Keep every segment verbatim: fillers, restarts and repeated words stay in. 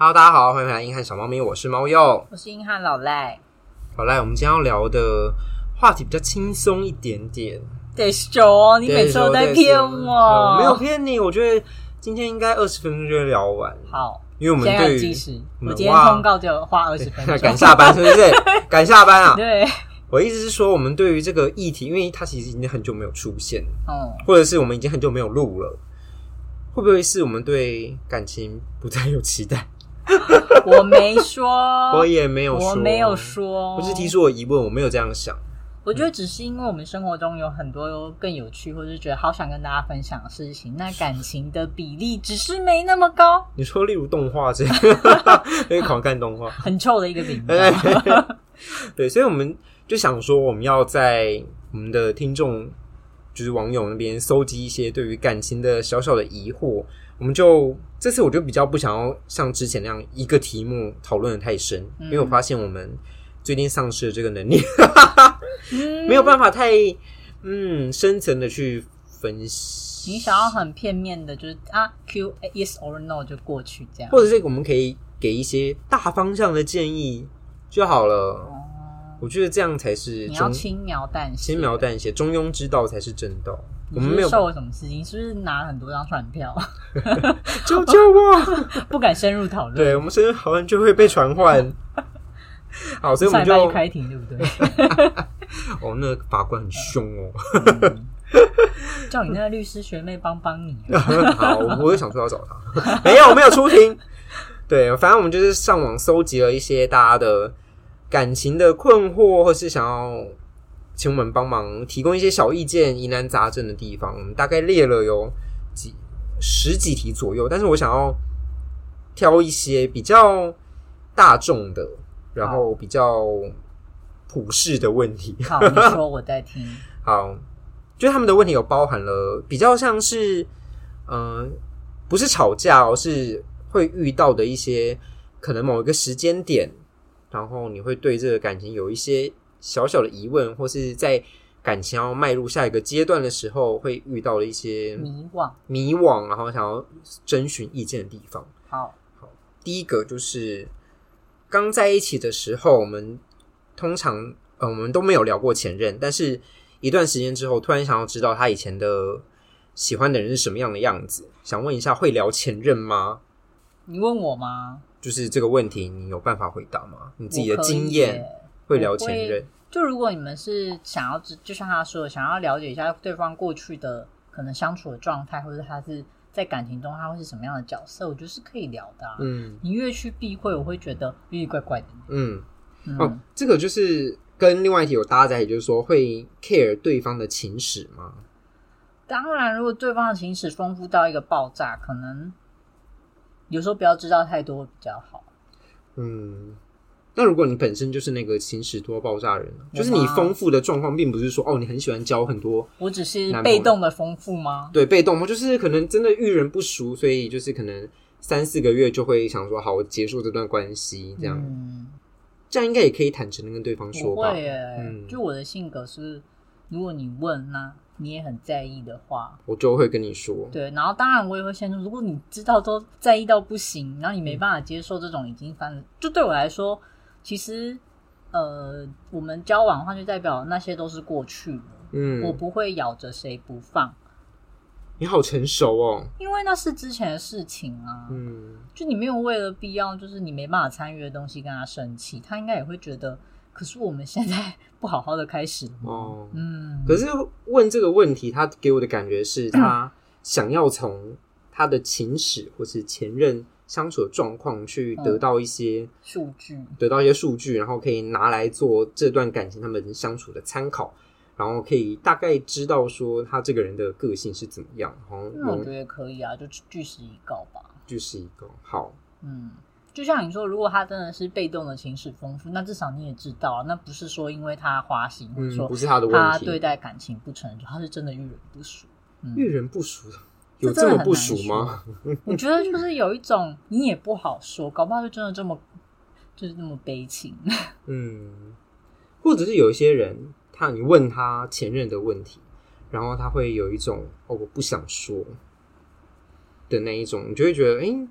Hello， 大家好，欢迎回来硬汉小猫咪，我是猫鼬， 我是硬汉老赖。 好赖，我们今天要聊的话题比较轻松一点点。 得说，你每次都在骗我， 没有骗你。我觉得今天应该二十分钟就会聊完。 好， 因为我们对于计时，我今天通告就花二十分钟， 赶下班是不是？赶下班啊？ 对。 我的意思是说，我们对于这个议题，因为它其实已经很久没有出现， 嗯， 或者是我们已经很久没有录了，会不会是我们对感情不再有期待？ 我没说， 我也没有说， 我没有说， 我只是提出我疑问，我没有这样想。 我觉得只是因为我们生活中有很多更有趣，或者是觉得好想跟大家分享的事情，那感情的比例只是没那么高。 你说，例如动画这样，因为狂看动画， 很臭的一个频道。 对，所以我们就想说，我们要在我们的听众，就是网友那边搜集一些对于感情的小小的疑惑。我们就这次我就比较不想要像之前那样一个题目讨论的太深，嗯、因为我发现我们最近丧失了这个能力，嗯、没有办法太嗯深层的去分析。 你想要很片面的，就是啊 Q yes or no 就过去这样， 或者是我们可以给一些大方向的建议就好了。哦、我觉得这样才是你要轻描淡写， 轻描淡写，中庸之道才是正道。 我们没有受了什么事情，是不是拿了很多张传票？ 救救我！ 不敢深入讨论。 对，我们深入讨论就会被传唤。好，所以我们就就开庭，对不对？ 哦，那个法官很凶哦。 嗯、叫你那个律师学妹帮帮你。 好，我也想说要找他，没有，没有出庭。对，反正我们就是上网搜集了一些大家的感情的困惑，或是想要请我们帮忙提供一些小意见、疑难杂症的地方。我们大概列了有几十几题左右，但是我想要挑一些比较大众的，然后比较普世的问题。 好，你说，我在听。 好，就是他们的问题有包含了比较像是，嗯、呃，不是吵架哦，是会遇到的一些可能某一个时间点，然后你会对这个感情有一些小小的疑问，或是在感情要迈入下一个阶段的时候会遇到的一些迷惘迷惘，然后想要征询意见的地方。 好， 好，第一个就是刚在一起的时候，我们通常呃我们都没有聊过前任，但是一段时间之后突然想要知道他以前的喜欢的人是什么样的样子，想问一下，会聊前任吗？ 你问我吗？ 就是这个问题你有办法回答吗？你自己的经验会聊前任？ 就如果你们是想要，就像他说的，想要了解一下对方过去的可能相处的状态，或者他是在感情中他会是什么样的角色，我觉得是可以聊的、啊。嗯，你越去避讳，我会觉得越怪怪的。嗯，嗯哦，这个就是跟另外一题有搭在一起，就是说会 care 对方的情史吗？ 当然，如果对方的情史丰富到一个爆炸，可能有时候不要知道太多比较好。 嗯。那如果你本身就是那个情史多爆炸人，就是你丰富的状况并不是说哦你很喜欢交很多， 我只是被动的丰富吗？ 对，被动就是可能真的遇人不熟，所以就是可能三四个月就会想说好，我结束这段关系这样、嗯、这样应该也可以坦诚的跟对方说吧。 我会耶、嗯、就我的性格是如果你问那你也很在意的话， 我就会跟你说。 对，然后当然我也会先说，如果你知道都在意到不行，然后你没办法接受这种已经翻了、嗯、就对我来说其实，呃，我们交往的话，就代表那些都是过去了。嗯，我不会咬着谁不放。 你好成熟哦， 因为那是之前的事情啊。嗯，就你没有为了必要，就是你没办法参与的东西跟他生气，他应该也会觉得，可是我们现在不好好的开始了吗？哦， 嗯。可是问这个问题，他给我的感觉是他想要从他的情史或是前任相处的状况去得到一些数据、嗯，得到一些数据，然后可以拿来做这段感情他们相处的参考，然后可以大概知道说他这个人的个性是怎么样。 嗯，我觉得可以啊，就据实以告吧。 据实以告，好。 嗯，就像你说，如果他真的是被动的情绪丰富，那至少你也知道，那不是说因为他花心，或者说不是他的问题， 他对待感情不成熟，他是真的遇人不淑。嗯、 遇人不淑。有这么不熟吗？ 我觉得就是有一种你也不好说，搞不好就真的这么就是这么悲情。 嗯，或者是有一些人，他你问他前任的问题，然后他会有一种哦我不想说的那一种，你就会觉得哎、欸，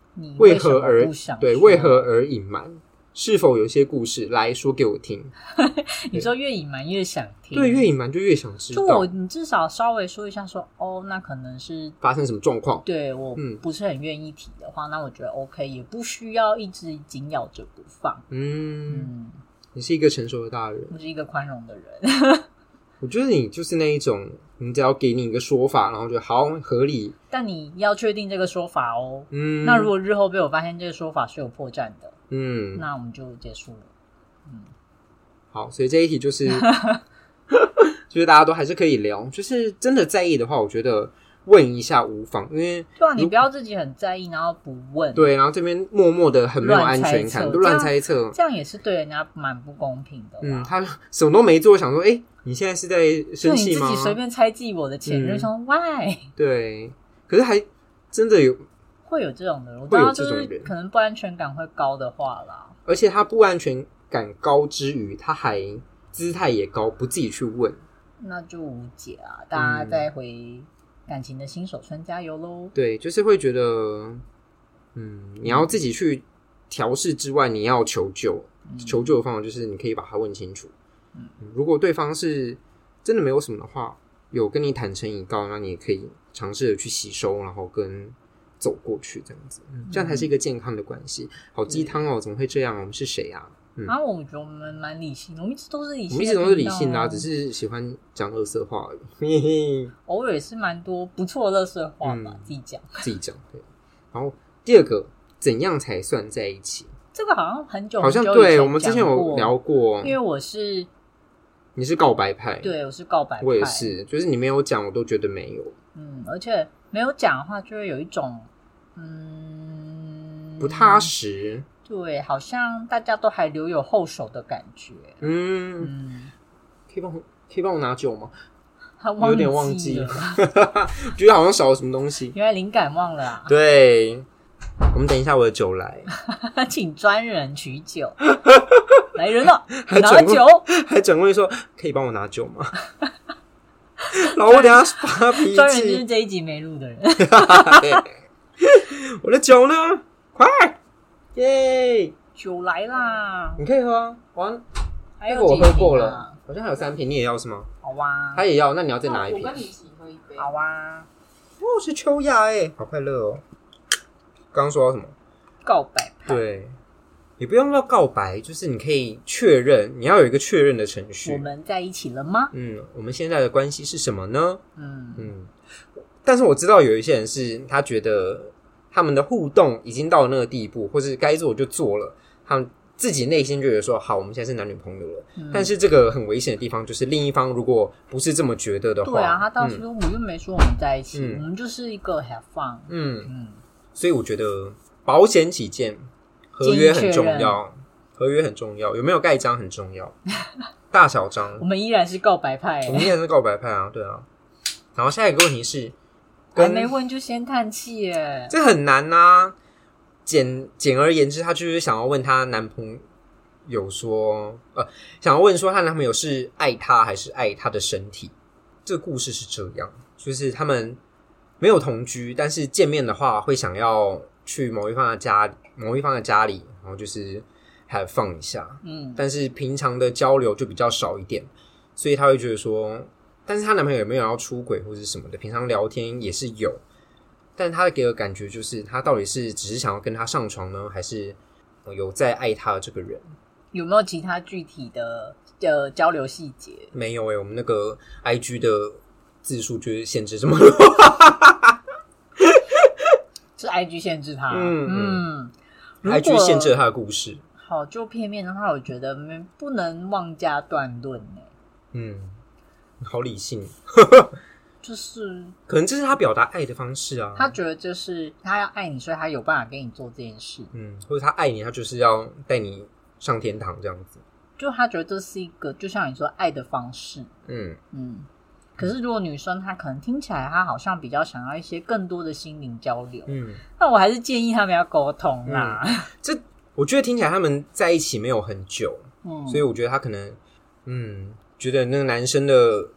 你为何而不想对为何而隐瞒？是否有一些故事来说给我听？ 你说越隐瞒越想听， 对，越隐瞒就越想知道。 就我，你至少稍微说一下说，哦，那可能是发生什么状况？ 对我不是很愿意提的话，嗯、那我觉得 OK， 也不需要一直紧咬着不放。嗯嗯， 你是一个成熟的大人， 我是一个宽容的人。 我觉得你就是那一种，你只要给你一个说法，然后就好合理， 但你要确定这个说法哦。嗯，那如果日后被我发现这个说法是有破绽的。嗯，那我们就结束了。嗯， 好，所以这一题就是，就是大家都还是可以聊，就是真的在意的话，我觉得问一下无妨，因为对啊，你不要自己很在意，然后不问， 对，然后这边默默的很没有安全感，都乱猜测， 这样也是对人家蛮不公平的。 嗯，他什么都没做，想说，哎、欸，你现在是在生气吗？ 你自己随便猜忌我的钱，就说 why？ 对，可是还真的有。 会有这种的人，我知道就是可能不安全感会高的话啦。 而且他不安全感高之余，他还姿态也高，不自己去问， 那就无解啊！大家再回感情的新手村加油咯。 对，就是会觉得，嗯，你要自己去调试之外，你要求救。嗯、求救的方法就是你可以把他问清楚。嗯，如果对方是真的没有什么的话，有跟你坦诚以告，那你也可以尝试的去吸收，然后跟。走过去这样子，这样才是一个健康的关系。好鸡汤哦，怎么会这样？我们是谁啊？ 嗯、啊，我觉得我们蛮理性的，我们一直都是理性的， 我们一直都是理性的、啊，只是喜欢讲垃圾话而已。 偶尔也是蛮多不错的垃圾话吧，嗯、自己讲， 自己讲对。然后第二个，怎样才算在一起？ 这个好像很久好像对我们之前有聊过， 因为我是你是告白派， 对，我是告白派， 我也是，就是你没有讲，我都觉得没有。 嗯，而且没有讲的话，就会有一种。嗯， 不踏实。 对，好像大家都还留有后手的感觉。 嗯，嗯可以帮我可以帮我拿酒吗？ 他忘记了， 有点忘记了，觉得好像少了什么东西。 原来灵感忘了啊！ 对，我们等一下我的酒来， 请专人取酒。来人了，拿酒， 还转问说可以帮我拿酒吗？然后我等一下发脾气。 专人就是这一集没录的人。 我的酒呢？快！耶！ 酒来啦！ 你可以喝啊。完， 还有那个我喝过了，好像还有三瓶，你也要是吗？ 好啊。 他也要，那你要再拿一瓶。 我跟你一起喝一杯。 好啊。 哦，是秋雅哎，好快乐哦。刚刚说到什么？ 告白派。 对。也不用到告白，就是你可以确认，你要有一个确认的程序。 我们在一起了吗？ 嗯，我们现在的关系是什么呢？嗯嗯。但是我知道有一些人是他觉得他们的互动已经到了那个地步，或是该做就做了，他们自己内心觉得说好，我们现在是男女朋友了。嗯、但是这个很危险的地方就是另一方如果不是这么觉得的话， 对啊，他当时我又没说我们在一起，嗯、我们就是一个 have fun。嗯嗯，所以我觉得保险起见。合约很重要，合约很重要，有没有盖章很重要，大小章。 我们依然是告白派、欸， 我们依然是告白派啊，对啊。然后下一个问题是， 还没问就先叹气耶， 这很难啊。简简而言之，她就是想要问她男朋友说，呃，想要问说她男朋友是爱她还是爱她的身体。这个故事是这样，就是他们没有同居，但是见面的话会想要去某一方的家。某一方的家里，然后就是还放一下，嗯，但是平常的交流就比较少一点，所以他会觉得说，但是她男朋友有没有要出轨或者什么的，平常聊天也是有，但他给我感觉就是他到底是只是想要跟他上床呢，还是有在爱他的这个人？ 有没有其他具体的呃交流细节？ 没有诶、欸，我们那个 I G 的字数就是限制这么多， 是 I G 限制他， 嗯嗯。I G 限制了他的故事。 好，就片面的话，我觉得不能妄加断论欸。 嗯，好理性。 就是可能这是他表达爱的方式啊。 他觉得就是他要爱你，所以他有办法跟你做这件事。 嗯，或者他爱你，他就是要带你上天堂这样子。 就他觉得这是一个，就像你说爱的方式。嗯嗯。可是如果女生她可能听起来她好像比较想要一些更多的心灵交流，嗯，那我还是建议他们要沟通啦。 嗯、这我觉得听起来他们在一起没有很久，嗯，所以我觉得他可能嗯觉得那个男生的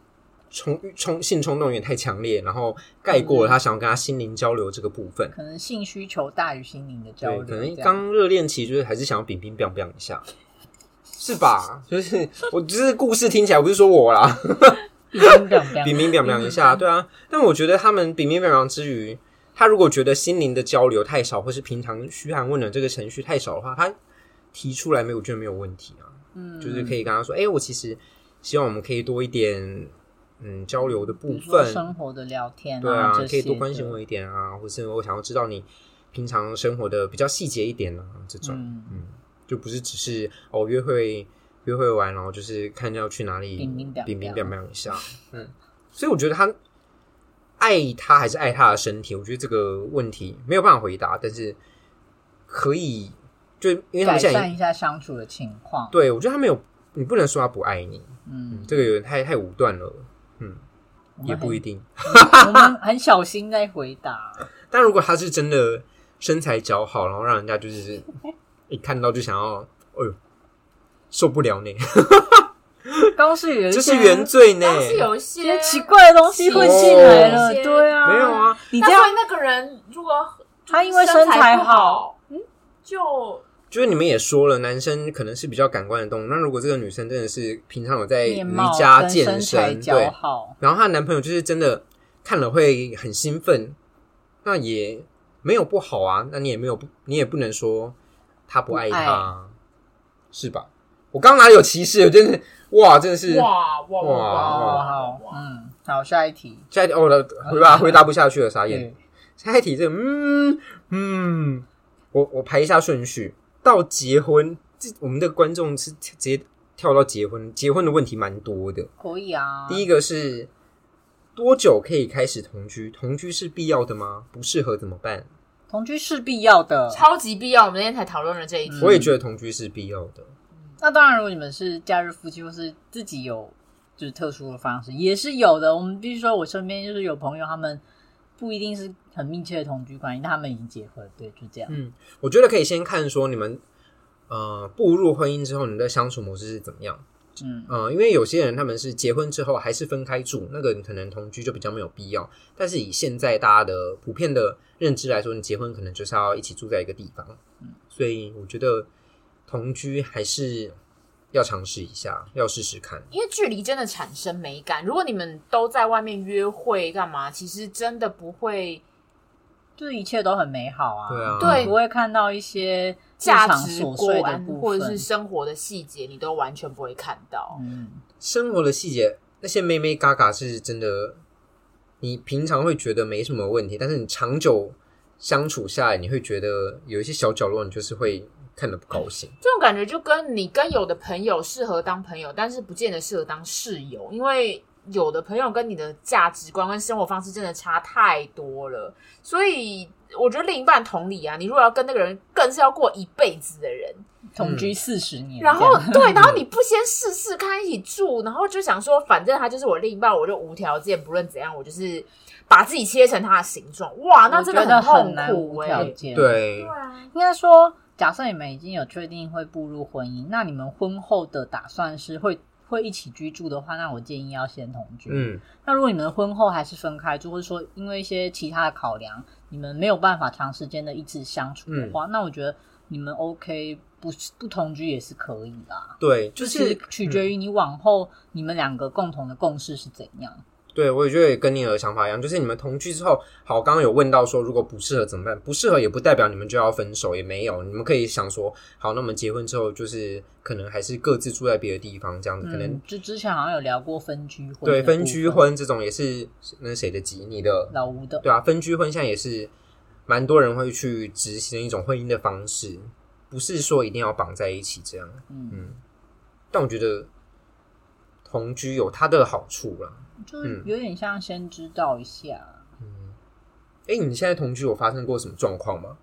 冲冲性冲动有点太强烈，然后盖过了他想要跟他心灵交流这个部分， 可能性需求大于心灵的交流， 对，可能刚热恋期就是还是想要冰冰冰冰一下，是吧？就是我就是故事听起来不是说我啦， 冰冰冰冰冰冰冰冰一下，对啊。但我觉得他们冰冰冰冰之余，他如果觉得心灵的交流太少，或是平常嘘寒问暖这个程序太少的话，他提出来没有，我觉得没有问题啊。嗯，就是可以跟他说，哎、欸，我其实希望我们可以多一点。嗯，交流的部分， 生活的聊天、啊， 对啊，可以多关心我一点啊，或是我想要知道你平常生活的比较细节一点啊，这种，嗯，嗯就不是只是哦约会约会完，然后就是看要去哪里， 冰冰冰冰冰冰一下，嗯，所以我觉得他爱他还是爱他的身体，我觉得这个问题没有办法回答，但是可以就因为他们现在改善一下相处的情况， 对我觉得他没有，你不能说他不爱你，嗯，嗯这个有点太太武断了。嗯，也不一定。 我们很小心在回答。 但如果他是真的身材姣好，然后让人家就是一看到就想要，哎呦，受不了呢。 刚是有一些， 这是原罪呢。 刚是有一些奇怪的东西会进来了，哦、对啊， 没有啊。 你这样，那那个人如果他因为身材好， 嗯，就。 就是你们也说了，男生可能是比较感官的动物。那如果这个女生真的是平常有在瑜伽健身，对，然后她的男朋友就是真的看了会很兴奋，那也没有不好啊。那你也没有不，你也不能说他不爱他，是吧？我刚哪里有歧视？我真是哇，真的是哇哇哇哇好，嗯，好，下一题， 下一题，哦，回答回答不下去了，傻眼。下一题，这个嗯嗯，我我排一下顺序。到结婚，我们的观众是直接跳到结婚，结婚的问题蛮多的。 可以啊。 第一个是多久可以开始同居？同居是必要的吗？不适合怎么办？ 同居是必要的， 超级必要。我们那天才讨论了这一题、嗯。 我也觉得同居是必要的。 那当然，如果你们是假日夫妻，或是自己有就是特殊的方式，也是有的。我们必须说，我身边就是有朋友，他们不一定是很密切的同居关系，但他们已经结婚，对，就这样。 嗯，我觉得可以先看说你们呃步入婚姻之后，你们的相处模式是怎么样。嗯呃，因为有些人他们是结婚之后还是分开住，那个可能同居就比较没有必要。但是以现在大家的普遍的认知来说，你结婚可能就是要一起住在一个地方，嗯，所以我觉得同居还是要尝试一下，要试试看， 因为距离真的产生美感。如果你们都在外面约会干嘛，其实真的不会， 就是一切都很美好啊。 对啊， 对， 不会看到一些价值观或者是生活的细节，你都完全不会看到。 嗯， 生活的细节那些妹妹嘎嘎是真的，你平常会觉得没什么问题，但是你长久相处下来，你会觉得有一些小角落，你就是会看得不高兴。 这种感觉就跟你跟有的朋友适合当朋友，但是不见得适合当室友，因为有的朋友跟你的价值观跟生活方式真的差太多了。所以我觉得另一半同理啊，你如果要跟那个人更是要过一辈子的人， 同居四十年、嗯， 然后对，然后你不先试试看一起住，然后就想说反正他就是我另一半，我就无条件不论怎样，我就是把自己切成他的形状。哇，那真的很痛苦哎、欸。 对， 对啊， 应该说假设你们已经有确定会步入婚姻，那你们婚后的打算是会会一起居住的话，那我建议要先同居。嗯，那如果你们婚后还是分开住，或者说因为一些其他的考量，你们没有办法长时间的一直相处的话，嗯、那我觉得你们 OK 不不同居也是可以啦。 对，就是、 就是取决于你往后你们两个共同的共识是怎样。 对，我也觉得跟你的想法一样，就是你们同居之后，好，刚刚有问到说如果不适合怎么办？不适合也不代表你们就要分手，也没有，你们可以想说，好，那我们结婚之后就是可能还是各自住在别的地方，这样子、嗯、可能就之前好像有聊过分居婚， 对，分居婚这种也是那是谁的急？你的老吴的， 对啊，分居婚现在也是蛮多人会去执行一种婚姻的方式，不是说一定要绑在一起这样，嗯，嗯但我觉得同居有它的好处啦。 就是有点像先知道一下。 嗯，哎、欸，你现在同居有发生过什么状况吗？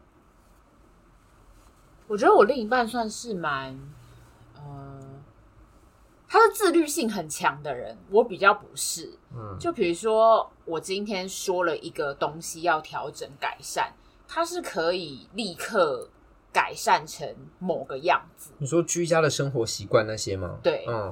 我觉得我另一半算是蛮，呃，他是自律性很强的人，我比较不是。嗯，就比如说我今天说了一个东西要调整改善，他是可以立刻改善成某个样子。 你说居家的生活习惯那些吗？ 对， 嗯。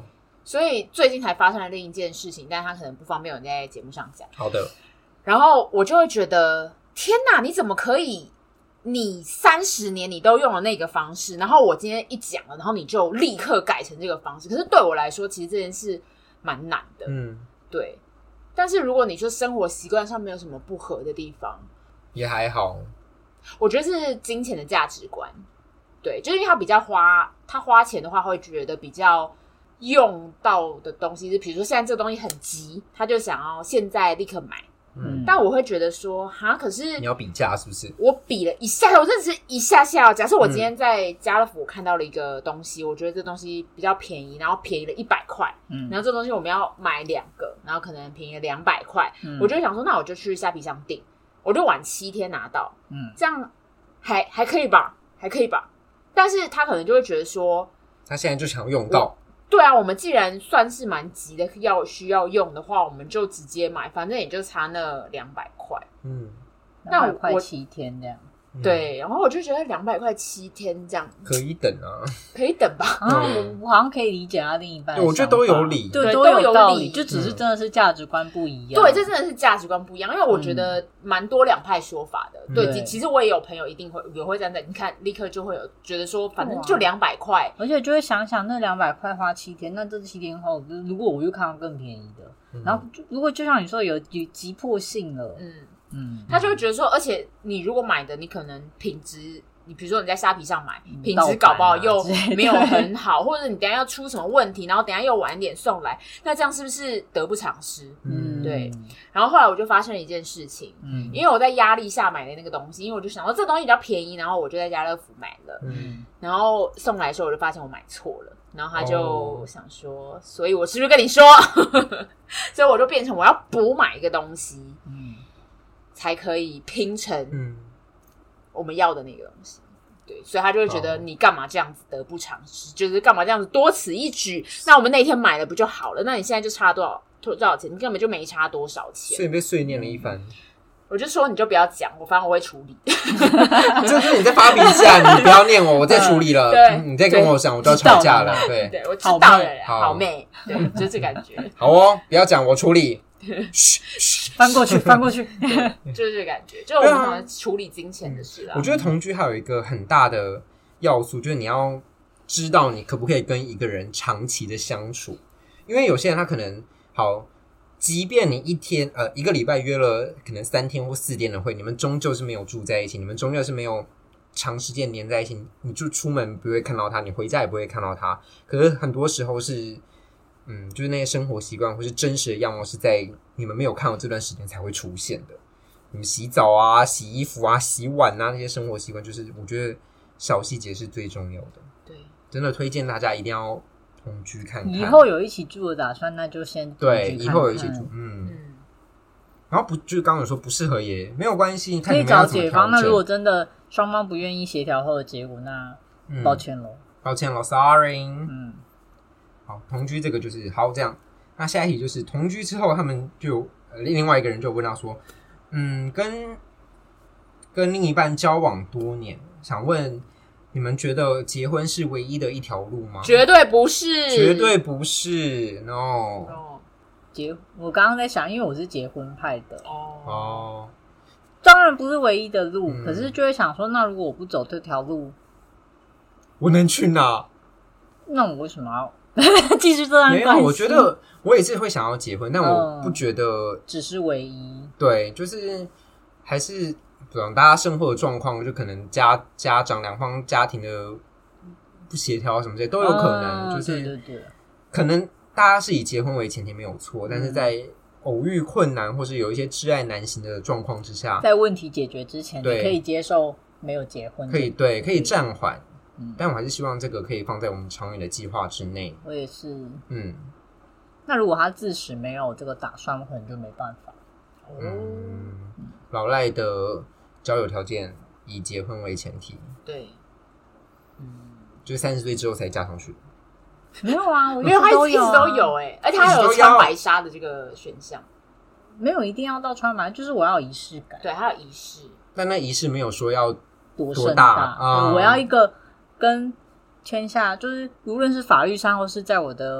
所以最近才发生了另一件事情，但他可能不方便我在节目上讲。 好的， 然后我就会觉得，天哪，你怎么可以？你三十年你都用了那个方式，然后我今天一讲了，然后你就立刻改成这个方式。可是对我来说，其实这件事蛮难的。嗯，对。但是如果你说生活习惯上没有什么不合的地方， 也还好。 我觉得是金钱的价值观。对，就是因为他比较花，他花钱的话会觉得比较用到的东西是，比如说现在这个东西很急，他就想要现在立刻买。嗯，但我会觉得说，哈，可是你要比价是不是？ 我比了一下，我真的是一下下。假设我今天在家乐福看到了一个东西，嗯、我觉得这东西比较便宜，然后便宜了一百块，嗯，然后这东西我们要买两个，然后可能便宜了两百块，嗯，我就会想说，那我就去虾皮上订，我就晚七天拿到，嗯，这样还还可以吧，还可以吧。但是他可能就会觉得说， 他现在就想用到。 对啊，我们既然算是蛮急的，要需要用的话，我们就直接买，反正也就差那两百块。 嗯，那我块七天这样。 对，然后我就觉得两百块七天这样可以等啊， 可以等吧。 啊，我我好像可以理解他另一半的想法， 我觉得都有理， 对，都有道理，就只是真的是价值观不一样。 对，这真的是价值观不一样，因为我觉得蛮多两派说法的。嗯、对，其实我也有朋友一定会也会这样子，你看立刻就会有觉得说，反正就两百块， 而且就会想想那两百块花七天，那这七天后，如果我又看到更便宜的，嗯、然后就如果就像你说有有急迫性了，嗯。 嗯，他就会觉得说，而且你如果买的，你可能品质，你比如说你在虾皮上买，品质搞不好又没有很好，或者你等一下要出什么问题，然后等一下又晚一点送来，那这样是不是得不偿失？嗯，对。然后后来我就发生了一件事情，嗯，因为我在压力下买的那个东西，因为我就想说这个东西比较便宜，然后我就在家乐福买了，嗯，然后送来的时候我就发现我买错了。然后他就想说，哦、所以我是不是跟你说？所以我就变成我要补买一个东西，嗯。才可以拼成我们要的那个东西，对，所以他就会觉得你干嘛这样子得不偿失，就是干嘛这样子多此一举？那我们那天买了不就好了？那你现在就差多少多少钱？你根本就没差多少钱， 所以被碎念了一番。 我就说你就不要讲，我反正我会处理。 就是你在发脾气啊，你不要念我，我在处理了。对，你再跟我讲，我就要吵架了。对， 对我知道了，好妹，对，就是这感觉。 好哦，不要讲，我处理。 翻过去，翻过去， 就是这个感觉，就是我们处理金钱的事啊。 我觉得同居还有一个很大的要素，就是你要知道你可不可以跟一个人长期的相处，因为有些人他可能好，即便你一天呃一个礼拜约了可能三天或四天的会，你们终究是没有住在一起，你们终究是没有长时间黏在一起，你就出门不会看到他，你回家也不会看到他。可是很多时候是。嗯，就是那些生活习惯或是真实的样貌是在你们没有看到这段时间才会出现的。你们洗澡啊、洗衣服啊、洗碗啊那些生活习惯，就是我觉得小细节是最重要的。 对， 真的推荐大家一定要同居看看。 以后有一起住的打算，那就先同居看看。 对，以后有一起住，嗯。嗯然后不就是刚刚有说不适合也没有关系， 可以找解方。那如果真的双方不愿意协调后的结果，那抱歉咯、嗯、 抱歉咯 ，sorry。嗯。好，同居这个就是好这样。那下一题就是同居之后，他们就呃另外一个人就问到说，嗯，跟跟另一半交往多年，想问你们觉得结婚是唯一的一条路吗？ 绝对不是， 绝对不是 ，no。 no. 结，我刚刚在想，因为我是结婚派的哦， 哦， 当然不是唯一的路，嗯、可是就会想说，那如果我不走这条路， 我能去哪？ 那我为什么要？继续这段关系？ 没有，我觉得我也是会想要结婚，但我不觉得、 嗯、只是唯一。 对，就是还是不懂大家生活的状况，就可能家家长两方家庭的不协调什么这些都有可能，嗯、就是对对对， 可能大家是以结婚为前提没有错，但是在偶遇困难或是有一些挚爱难行的状况之下， 在问题解决之前，你可以接受没有结婚， 可以对，可以暂缓。嗯、但我还是希望这个可以放在我们长远的计划之内。 我也是。 嗯， 那如果他自始没有这个打算，我可能就没办法。 嗯，老赖的交友条件以结婚为前提。 对， 嗯，就是三十岁之后才加上去。 没有啊，我没有，他一直都有哎、欸，而且他有穿白纱的这个选项。 没有一定要到穿白，就是我要有仪式感。 对，还有仪式。 但那仪式没有说要多盛大， 大嗯、我要一个。跟天下就是无论是法律上或是在我的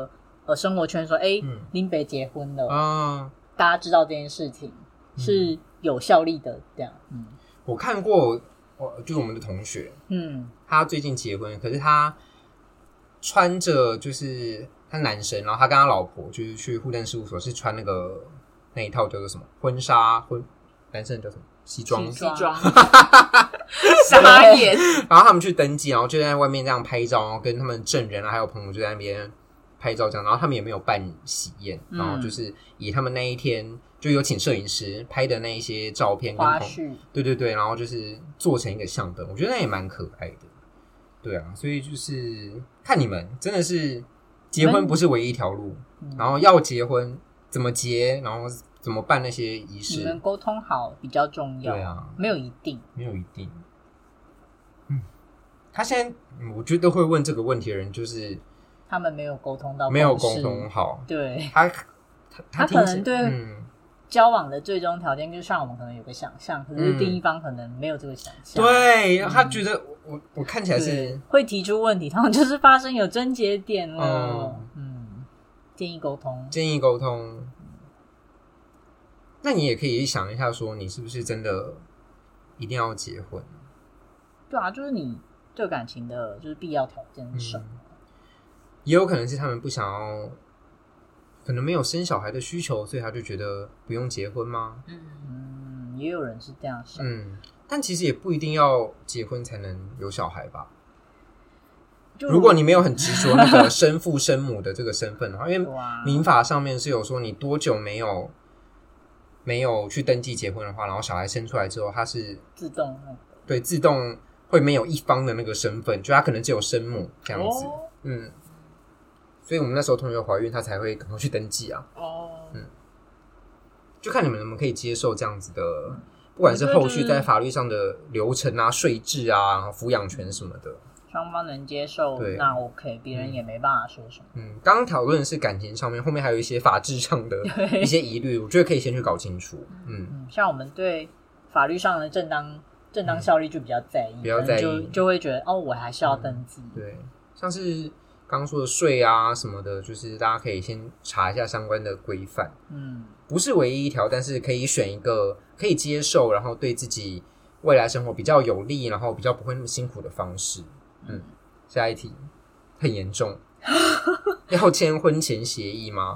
呃生活圈说，哎、 嗯林北结婚了， 啊， 大家知道这件事情是有效力的，这样，嗯我看过，我就是我们的同学， 嗯， 他最近结婚，可是他穿着就是他男生，然后他跟他老婆就是去户政事务所是穿那个那一套叫做什么婚纱婚，男生叫什么西装， 西装西装，傻眼。 然后他们去登记，然后就在外面这样拍照，然后跟他们证人啊还有朋友就在那边拍照这样，然后他们也没有办喜宴， 嗯然后就是以他们那一天就有请摄影师拍的那一些照片跟同花絮， 对对对，然后就是做成一个相本，我觉得那也蛮可爱的。对啊，所以就是看你们真的是结婚不是唯一一条路， 嗯然后要结婚怎么结，然后怎么办那些仪你式， 们沟通好比较重要， 对啊， 没有一定。 没有一定。嗯，他现在、嗯、我觉得会问这个问题的人，就是他们没有沟通到， 没有沟通，好， 对， 他他他听起可能对嗯。 交往的最终条件，就像我们可能有个想象，可是另一方可能没有这个想象， 对，他觉得我我我看起来是对，会提出问题，他们就是发生有症结点了， 嗯嗯，建议沟通， 建议沟通。那你也可以想一下，说你是不是真的一定要结婚？ 对啊，就是你对感情的就是必要条件是什么？ 嗯也有可能是他们不想要，可能没有生小孩的需求，所以他就觉得不用结婚吗？ 嗯， 嗯，也有人是这样想， 嗯，但其实也不一定要结婚才能有小孩吧。 就如果你没有很执着那个生父生母的这个身份的话，因为对啊民法上面是有说你多久没有没有去登记结婚的话，然后小孩生出来之后，他是自动那个对自动会没有一方的那个身份，就他可能只有生母这样子。 哦嗯，所以我们那时候同学怀孕，他才会赶快去登记啊。 哦， 就看你们能不能可以接受这样子的，不管是后续在法律上的流程啊、税制啊、然后抚养权什么的。 双方能接受对， 那 OK， 别人也没办法说什么。 嗯，刚刚讨论的是感情上面，后面还有一些法制上的一些疑虑，我觉得可以先去搞清楚。嗯， 嗯，像我们对法律上的正当正当效力就比较在意， 比较在意可能就就会觉得哦，我还是要登记。 对，像是刚刚说的税啊什么的，就是大家可以先查一下相关的规范。 嗯， 不是唯一一条，但是可以选一个可以接受，然后对自己未来生活比较有利，然后比较不会那么辛苦的方式。嗯，下一题很严重，要签婚前协议吗？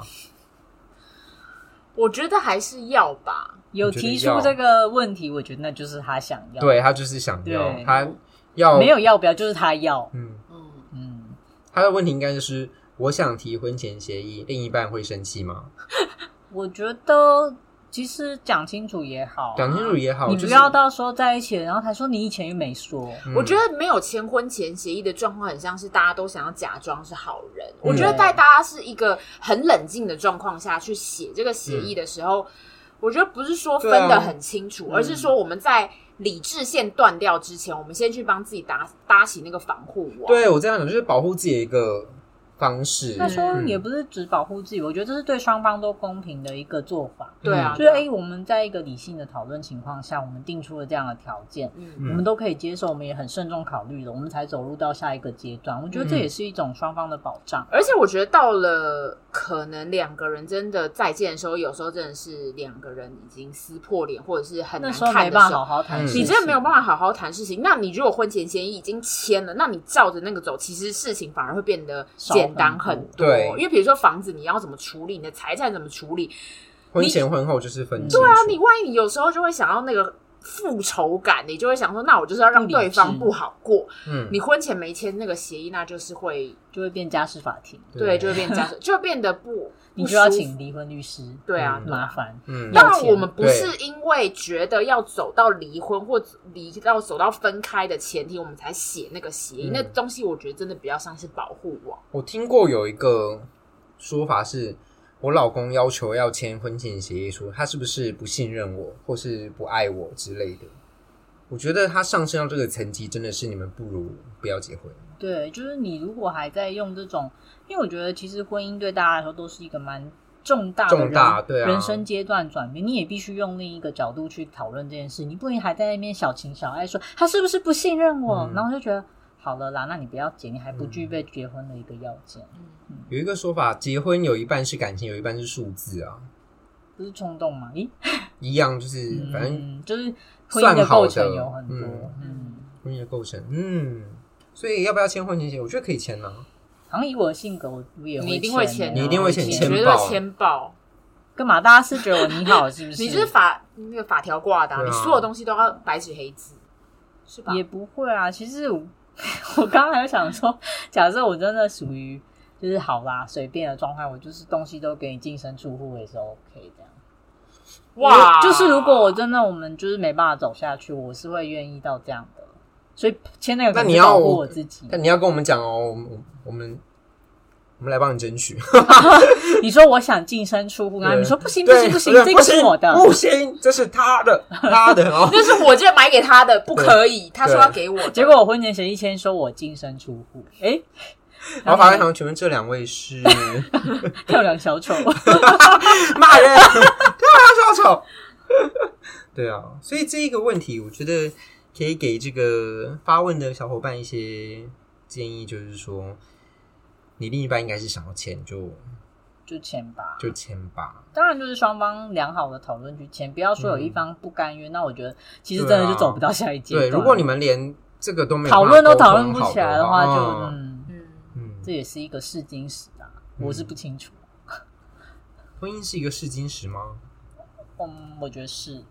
我觉得还是要吧。 有提出这个问题，我觉得那就是他想要。 对，他就是想要， 对他要没有要不要，就是他要。 嗯嗯， 嗯， 他的问题应该就是我想提婚前协议，另一半会生气吗？ 我觉得其实讲清楚也好啊， 讲清楚也好， 你不就是要到时候在一起了，然后才说你以前又没说。 嗯我觉得没有签婚前协议的状况，很像是大家都想要假装是好人。 嗯我觉得在大家是一个很冷静的状况下去写这个协议的时候，我觉得不是说分得很清楚， 对啊而是说我们在理智线断掉之前，我们先去帮自己搭搭起那个防护网。 对我这样讲，就是保护自己的一个方式。 那说嗯也不是只保护自己，我觉得这是对双方都公平的一个做法。 对啊， 就是哎、诶我们在一个理性的讨论情况下，我们定出了这样的条件， 嗯嗯我们都可以接受，我们也很慎重考虑了，我们才走入到下一个阶段。我觉得这也是一种双方的保障。 而且我觉得到了可能两个人真的再见的时候，有时候真的是两个人已经撕破脸，或者是很那难时候没办看的时候。 法好好谈事情， 你真的没有办法好好谈事情。那你如果婚前协议已经签了，那你照着那个走，其实事情反而会变得简单很多。 对因为比如说房子你要怎么处理，你的财产怎么处理， 婚前婚后就是分清楚。 对啊，你万一你有时候就会想要那个复仇感，你就会想说，那我就是要让对方不好过。 嗯， 你婚前没签那个协议，那就是会就会变家事法庭， 对，就会变家事，就会变得不， 你就要不舒服请离婚律师， 对啊， 嗯麻烦。 嗯， 当然， 要钱我们不是因为觉得要走到离婚或离到走到分开的前提，我们才写那个协议。 嗯那东西我觉得真的比较像是保护网。 我听过有一个说法是，我老公要求要签婚前协议书，他是不是不信任我，或是不爱我之类的？我觉得他上升到这个层级，真的是你们不如不要结婚。 对，就是你如果还在用这种，因为我觉得其实婚姻对大家来说都是一个蛮重大的人重大对啊人生阶段转变，你也必须用另一个角度去讨论这件事，你不能还在那边小情小爱说他是不是不信任我， 嗯然后就觉得好了啦，那你不要结，你还不具备结婚的一个要件。 嗯、有一个说法，结婚有一半是感情，有一半是数字啊， 不是冲动吗？咦， 一样就是，反正、 嗯、就是婚姻的构成有很多，嗯， 嗯婚姻的构成，嗯，所以要不要签婚前协议？我觉得可以签啊。 好像以我的性格，我也会你一定会签， 你一定会签， 签绝对签爆。 干嘛？大家是觉得我你好是不是？ 你就是法那个法条挂的、啊啊，你所有东西都要白纸黑字，是吧？ 也不会啊。其实我我刚刚还想说，假设我真的属于就是好啦随便的状态，我就是东西都给你净身出户也是 OK 这样。哇，就是如果我真的我们就是没办法走下去，我是会愿意到这样的。所以签那个可能是保护我自己。 那你要跟我们讲哦，我们我们。我们来帮你争取。 你说我想净身出户，然后你说不行不行不行，这个是我的， 不行，这是他的，他的哦， 这是我就买给他的，不可以。他说要给我， 结果我婚前协议签说我净身出户，哎， 然后法官想请问这两位是跳梁小丑， 骂人，跳梁小丑。对啊，所以这一个问题，我觉得可以给这个发问的小伙伴一些建议，就是说。你另一半应该是想要签就就签吧， 就签吧。 当然就是双方良好的讨论去签，不要说有一方不甘愿、嗯。那我觉得其实真的就走不到下一阶段。 对，如果你们连这个都没有讨论都讨论不起来的话，就嗯嗯嗯，这也是一个试金石啊，嗯、我是不清楚。 婚姻是一个试金石吗？ 嗯，我觉得是。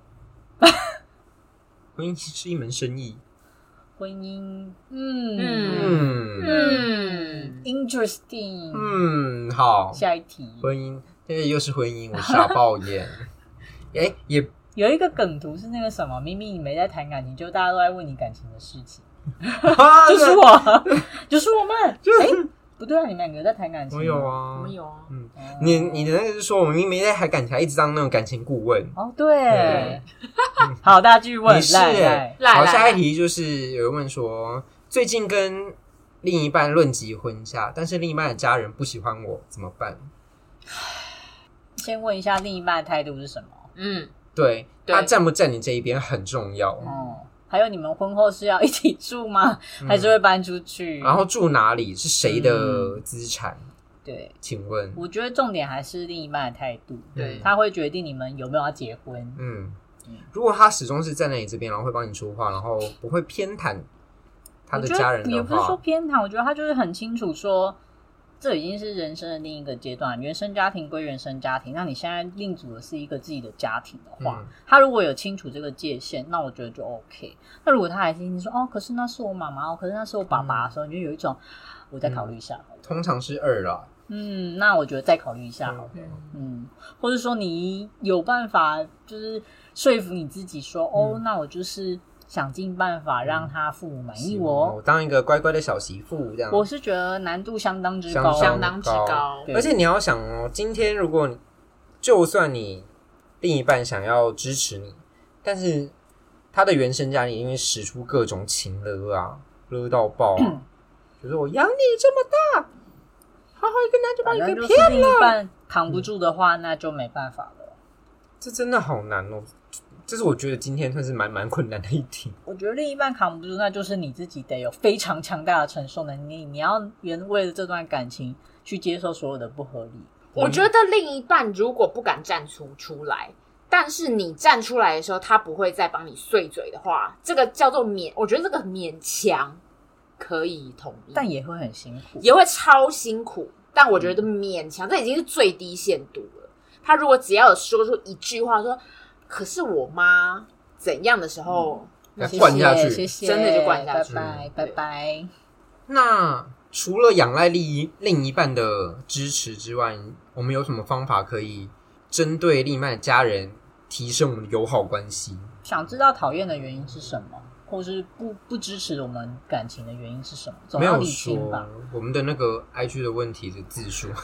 婚姻是一门生意。 婚姻，嗯嗯嗯 ，interesting， 嗯，好， 下一题， 婚姻，这个又是婚姻，我傻爆眼。哎、欸，也有一个梗图是那个什么，明明你没在谈感情，就大家都在问你感情的事情，就是我，就是我们，哎、欸，不对啊，你们两个在谈感情， 我有啊， 我们有啊， 嗯，哦、你你的那个是说我明明没在谈感情，还一直当那种感情顾问， 哦，对，对好，大家继续问， 你是来来， 好，下一题就是有人问说，最近跟另一半论及婚嫁，但是另一半的家人不喜欢我，怎么办？ 先问一下另一半的态度是什么？ 嗯， 对，他站不站你这一边很重要。 哦、嗯，还有你们婚后是要一起住吗？嗯、还是会搬出去？ 然后住哪里？是谁的资产？嗯、 对， 请问， 我觉得重点还是另一半的态度， 对， 他会决定你们有没有要结婚。 嗯，如果他始终是站在你这边，然后会帮你说话，然后不会偏袒他的家人的话， 也不是说偏袒，我觉得他就是很清楚说。这已经是人生的另一个阶段，原生家庭归原生家庭，那你现在另组的是一个自己的家庭的话、嗯、他如果有清楚这个界限，那我觉得就 OK。 那如果他还是说哦，可是那是我妈妈哦，可是那是我爸爸的时候、嗯、你就有一种我再考虑一下好了、 嗯、通常是二啦， 嗯，那我觉得再考虑一下好了， 嗯, 嗯，或者说你有办法就是说服你自己说、嗯、哦，那我就是想尽办法让他父母满意我， 我当一个乖乖的小媳妇这样。 我是觉得难度相当之高， 相当之高。 而且你要想哦，今天如果就算你另一半想要支持你，但是他的原生家庭因为使出各种情勒啊，勒到爆啊，就是我养你这么大，好好一个男就把你给骗了。 另一半扛不住的话、嗯，那就没办法了。 这真的好难哦。这是我觉得今天算是蛮蛮困难的一题。 我觉得另一半扛不住，那就是你自己得有非常强大的承受能力，你要为了这段感情去接受所有的不合理。 我觉得另一半如果不敢站出出来，但是你站出来的时候，他不会再帮你碎嘴的话，这个叫做勉，我觉得这个勉强可以同意， 但也会很辛苦， 也会超辛苦。但我觉得勉强，这已经是最低限度了。他如果只要有说出一句话说。可是我妈怎样的时候， 嗯、灌下去， 谢谢， 真的就灌下去。 拜拜，拜拜。 那除了仰赖另一另一半的支持之外，我们有什么方法可以针对另一半的家人提升我们的友好关系？ 想知道讨厌的原因是什么，或是不不支持我们感情的原因是什么？总要理清吧。 我们的那个 I G 的问题的字数。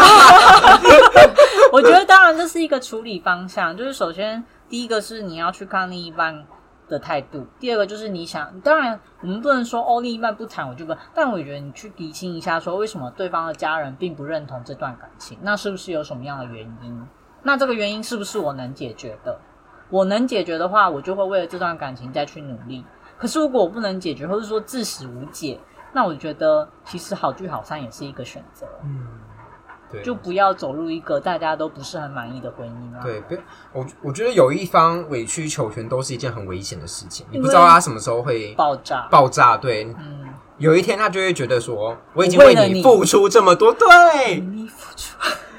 我觉得当然这是一个处理方向，就是首先第一个是你要去看另一半的态度，第二个就是你想，当然我们不能说哦另一半不谈我就不，但我觉得你去厘清一下说为什么对方的家人并不认同这段感情，那是不是有什么样的原因，那这个原因是不是我能解决的，我能解决的话我就会为了这段感情再去努力，可是如果我不能解决或者说至死无解， 那我觉得其实好聚好散也是一个选择。 嗯，对， 就不要走入一个大家都不是很满意的婚姻啊。 对，我我觉得有一方委曲求全都是一件很危险的事情，你不知道他什么时候会爆炸。爆炸，对，嗯，有一天他就会觉得说，我已经为你付出这么多，对， 你付出。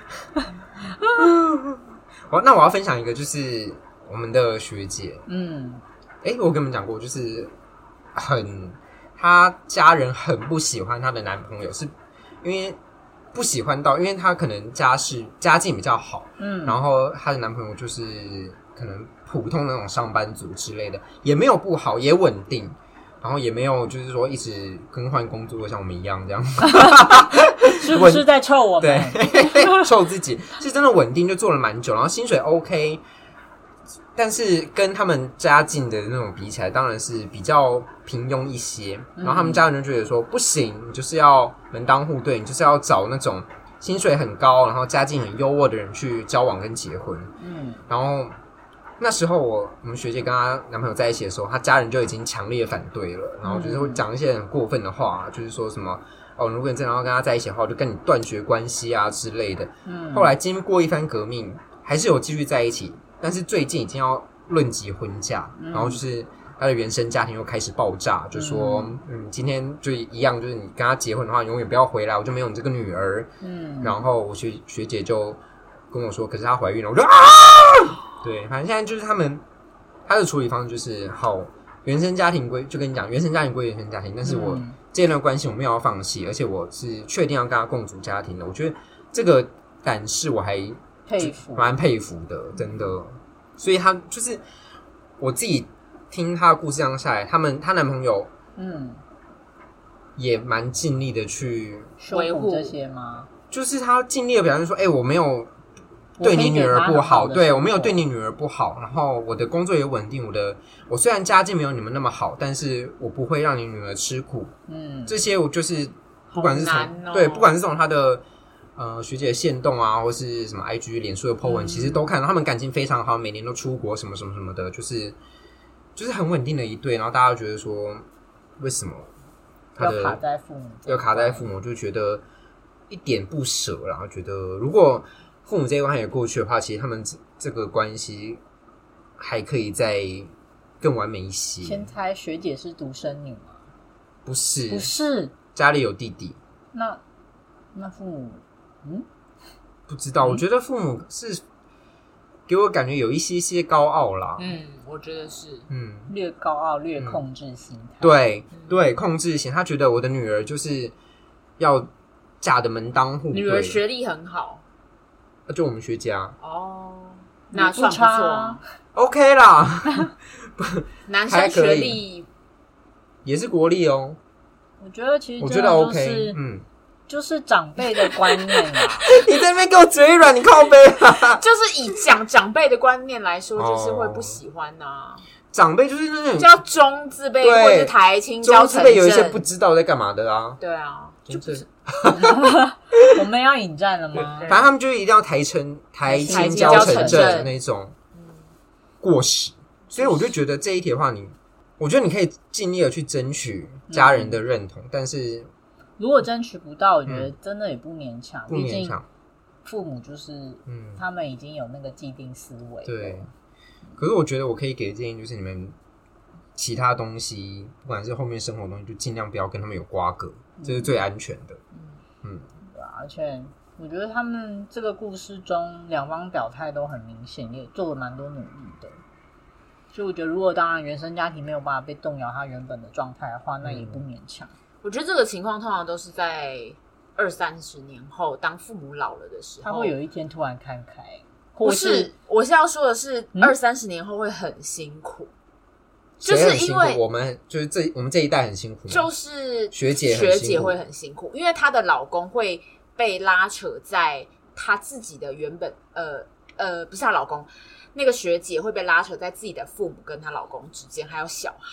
我那我要分享一个，就是我们的学姐， 嗯， 哎，我跟你们讲过，就是很她家人很不喜欢她的男朋友，是因为。不喜欢到，因为她可能家世家境比较好，嗯，然后她的男朋友就是可能普通的那种上班族之类的，也没有不好，也稳定，然后也没有就是说一直更换工作，像我们一样这样， 是不是在臭我们？ 对，臭自己是真的稳定，就做了蛮久，然后薪水 OK。但是跟他们家境的那种比起来，当然是比较平庸一些。然后他们家人就觉得说，不行，你就是要门当户对，你就是要找那种薪水很高，然后家境很优渥的人去交往跟结婚。嗯，然后那时候我我们学姐跟她男朋友在一起的时候，她家人就已经强烈反对了，然后就是会讲一些很过分的话，就是说什么哦，如果你真的要跟他在一起的话，我就跟你断绝关系啊之类的。嗯，后来经过一番革命，还是有继续在一起。但是最近已经要论及婚嫁，嗯、然后就是他的原生家庭又开始爆炸，就说嗯, 嗯，今天就一样，就是你跟他结婚的话，永远不要回来，我就没有你这个女儿。嗯，然后我学学姐就跟我说，可是她怀孕了，我就啊，对，反正现在就是他们他的处理方式就是好，原生家庭归就跟你讲，原生家庭归原生家庭，但是我这段关系我没有要放弃，而且我是确定要跟他共组家庭的。我觉得这个胆识我还。 佩服， 蛮佩服的，真的。所以他就是我自己听他的故事这样下来，他们她男朋友嗯也蛮尽力的去维护这些吗？ 就是他尽力的表现说，哎、欸，我没有对你女儿不好，我对我没有对你女儿不好，然后我的工作也稳定，我的我虽然家境没有你们那么好，但是我不会让你女儿吃苦。嗯，这些我就是不管是从、哦、对，不管是从他的。呃，学姐的限动啊，或是什么 I G、脸书的 po 文，嗯、其实都看到他们感情非常好，每年都出国什么什么什么的，就是就是很稳定的一对。然后大家觉得说，为什么他的要卡在父母， 要卡在父母，就觉得一点不舍，然后觉得如果父母这一关也过去的话，其实他们这个关系还可以再更完美一些。 先猜学姐是独生女吗？ 不是， 不是， 家里有弟弟。 那那父母。嗯， 不知道，我觉得父母是给我感觉有一些些高傲啦。 嗯，我觉得是， 嗯，略高傲，略控制心态。 嗯、对、嗯、对，控制型，他觉得我的女儿就是要嫁的门当户对， 女儿学历很好， 就我们学家哦，那算不错 ，OK 啦。 男生学历也是国立哦。 我觉得其实我觉得 OK， 嗯。 就是长辈的观念啊！ 你在那边给我嘴软，你靠背啊！ 就是以讲长辈的观念来说，就是会不喜欢呐、啊。 长辈就是那种叫中字辈或者是台青， 中字辈有一些不知道在干嘛的啊。 对啊，就不是。 我们要引战了吗？ 反正他们就一定要台城、台青交城镇那种过时，所以我就觉得这一题的话你，你我觉得你可以尽力的去争取家人的认同，嗯、但是。 如果争取不到，我觉得真的也不勉强， 不勉强。 父母就是，嗯，他们已经有那个既定思维。 对。可是我觉得我可以给的建议就是，你们其他东西，不管是后面生活的东西，就尽量不要跟他们有瓜葛，嗯、这是最安全的。嗯嗯。 对啊，而且我觉得他们这个故事中两方表态都很明显，也做了蛮多努力的。所以我觉得，如果当然原生家庭没有办法被动摇他原本的状态的话，那也不勉强。嗯我觉得这个情况通常都是在二三十年后，当父母老了的时候， 他会有一天突然看开。 不是，我是要说的是，二三十年后会很辛苦，就是因为我们就是这我们这一代很辛苦， 就是学姐学姐会很辛苦，因为她的老公会被拉扯在她自己的原本呃呃不是她老公，那个学姐会被拉扯在自己的父母跟她老公之间，还有小孩。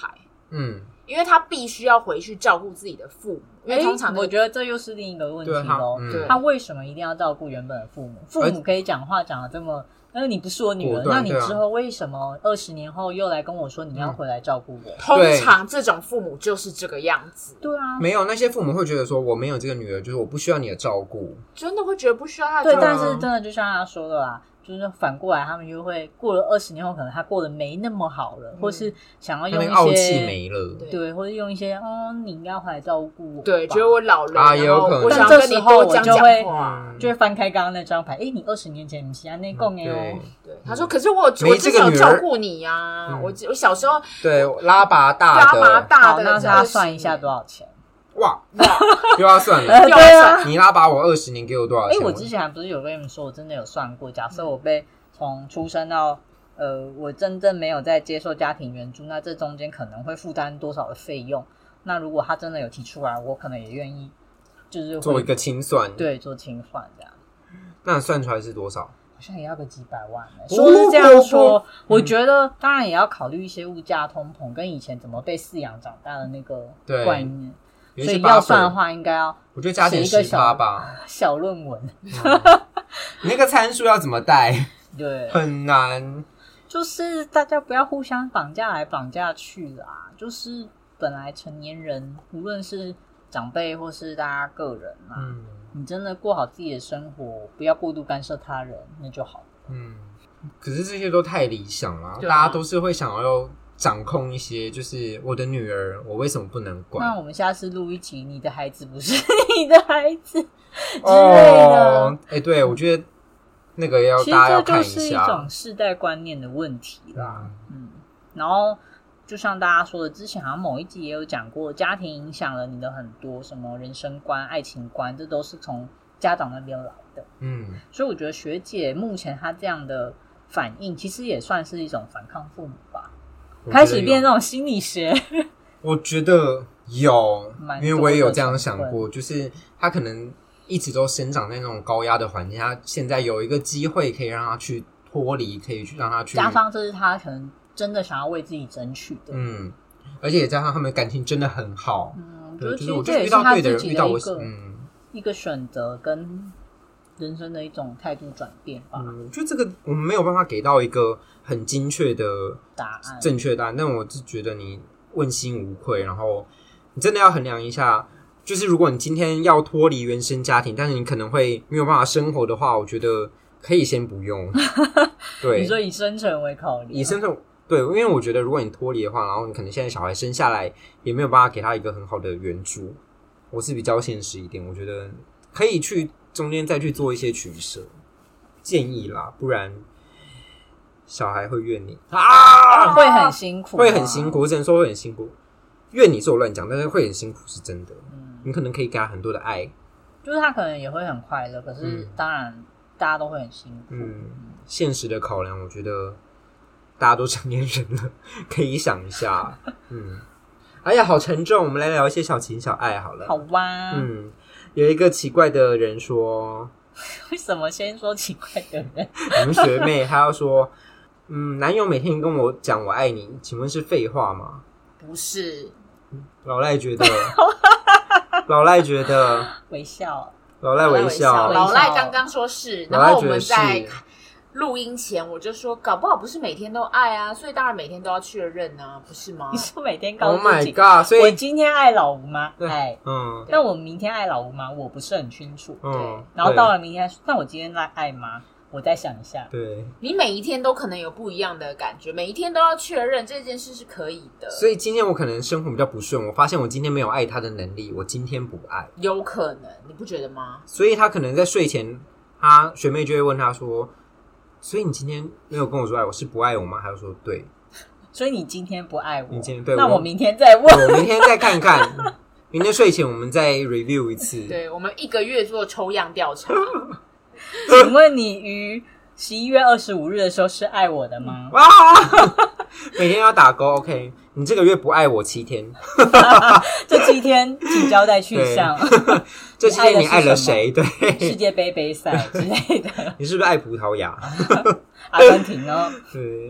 嗯， 因为他必须要回去照顾自己的父母，因为通常、那个我觉得这又是另一个问题咯、 嗯、 他为什么一定要照顾原本的父母？父母可以讲话讲得这么，但是你不是我女儿，那你之后为什么二十年后又来跟我说你要回来照顾我？ 通常这种父母就是这个样子。 对啊， 没有那些父母会觉得说我没有这个女儿，就是我不需要你的照顾， 真的会觉得不需要他的照顾。 对，但是真的就像他说的啦。就是反过来，他们就会过了二十年后，可能他过得没那么好了，嗯、或是想要用一些傲气没了， 对，或者用一些哦，你应该回来照顾我， 对，觉得我老了， 啊，也有可能。 我想跟你多讲讲话，就会翻开刚刚那张牌，哎，你二十年前你是安内供的哦， 对，他说，可是我我之前有照顾你呀、啊嗯，我我小时候对拉拔大的， 拉拔大的， 那他算一下多少钱？ 哇哇，又要算了， 又要算。 你拉拔我二十年，给我多少钱？ 哎，我之前还不是有跟你们说，我真的有算过，假设我被从出生到呃，我真正没有在接受家庭援助，那这中间可能会负担多少的费用？那如果他真的有提出来，我可能也愿意，就是做一个清算， 对，做清算这样。 那算出来是多少？ 好像也要个几百万、欸。说是这样说，哦、我觉得当然也要考虑一些物价通膨跟以前怎么被饲养长大的那个观念。所以要算的话，应该要我觉得加减十趴吧， 小论文。 嗯、你那个参数要怎么带？ 对， 很难。 就是大家不要互相绑架来绑架去啦。就是本来成年人，无论是长辈或是大家个人啊，嗯、你真的过好自己的生活，不要过度干涉他人，那就好。 嗯，可是这些都太理想了，啊、大家都是会想要掌控一些，就是我的女儿，我为什么不能管？ 那我们下次录一集，你的孩子不是你的孩子之类的。 哦，哎、欸，对，我觉得那个要大家要看一下， 其实这就是一种世代观念的问题啦。嗯，嗯然后就像大家说的，之前好像某一集也有讲过，家庭影响了你的很多什么人生观、爱情观，这都是从家长那边来的。嗯，所以我觉得学姐目前她这样的反应，其实也算是一种反抗父母吧。开始变那种心理学， 我觉得有，因为我也有这样想过，就是他可能一直都生长在那种高压的环境，他现在有一个机会可以让他去脱离，可以去让他去， 加上这是他可能真的想要为自己争取的， 嗯，而且也加上他们感情真的很好， 嗯， 对， 就是我觉得遇到对的人，遇到我， 嗯，一个选择跟人生的一种态度转变吧。 嗯，我觉得这个我们没有办法给到一个很精确的答案， 正确答案。但我是觉得你问心无愧，然后你真的要衡量一下，就是如果你今天要脱离原生家庭，但是你可能会没有办法生活的话，我觉得可以先不用。对， 你说以生存为考虑， 以生存对，因为我觉得如果你脱离的话，然后你可能现在小孩生下来也没有办法给他一个很好的援助。我是比较现实一点，我觉得可以去中间再去做一些取舍，建议啦，不然小孩会怨你啊，会很辛苦、啊， 会很辛苦。我只能说会很辛苦。怨你是我乱讲，但是会很辛苦是真的。嗯，你可能可以给他很多的爱， 就是他可能也会很快乐，可是当然大家都会很辛苦。 嗯，现实的考量，我觉得大家都成年人了，可以想一下。嗯，哎呀，好沉重，我们来聊一些小情小爱好了。 好哇。 嗯，有一个奇怪的人说， 为什么先说奇怪的人？ 我们学妹她要说，嗯，男友每天跟我讲我爱你，请问是废话吗？ 不是， 老赖觉得，老赖觉得微笑， 老赖微笑， 老赖刚刚说是，然后我们在录音前我就说，搞不好不是每天都爱啊，所以当然每天都要确认啊，不是吗？ 你说每天告诉自己 ，Oh my God！ 所以我今天爱老吴吗？爱， 嗯， 那我明天爱老吴吗？我不是很清楚。 嗯、 对，然后到了明天，那我今天爱爱吗？我再想一下。 对， 你每一天都可能有不一样的感觉，每一天都要确认这件事是可以的。 所以今天我可能生活比较不顺，我发现我今天没有爱他的能力，我今天不爱， 有可能，你不觉得吗？ 所以他可能在睡前，他学妹就会问他说：“所以你今天没有跟我说爱我，是不爱我吗？”他就说：“对。” 所以你今天不爱我， 你今天对， 那我明天再问， 我明天再看看，明天睡前我们再 review 一次。 对，我们一个月做抽样调查。 请问你于十一月二十五日的时候是爱我的吗？ 哇，每天要打勾 ，OK。你这个月不爱我七天， 这七天请交代去向。 这七天你爱了谁？对， 世界杯杯赛之类的。 你是不是爱葡萄牙？ 阿根廷哦。 对，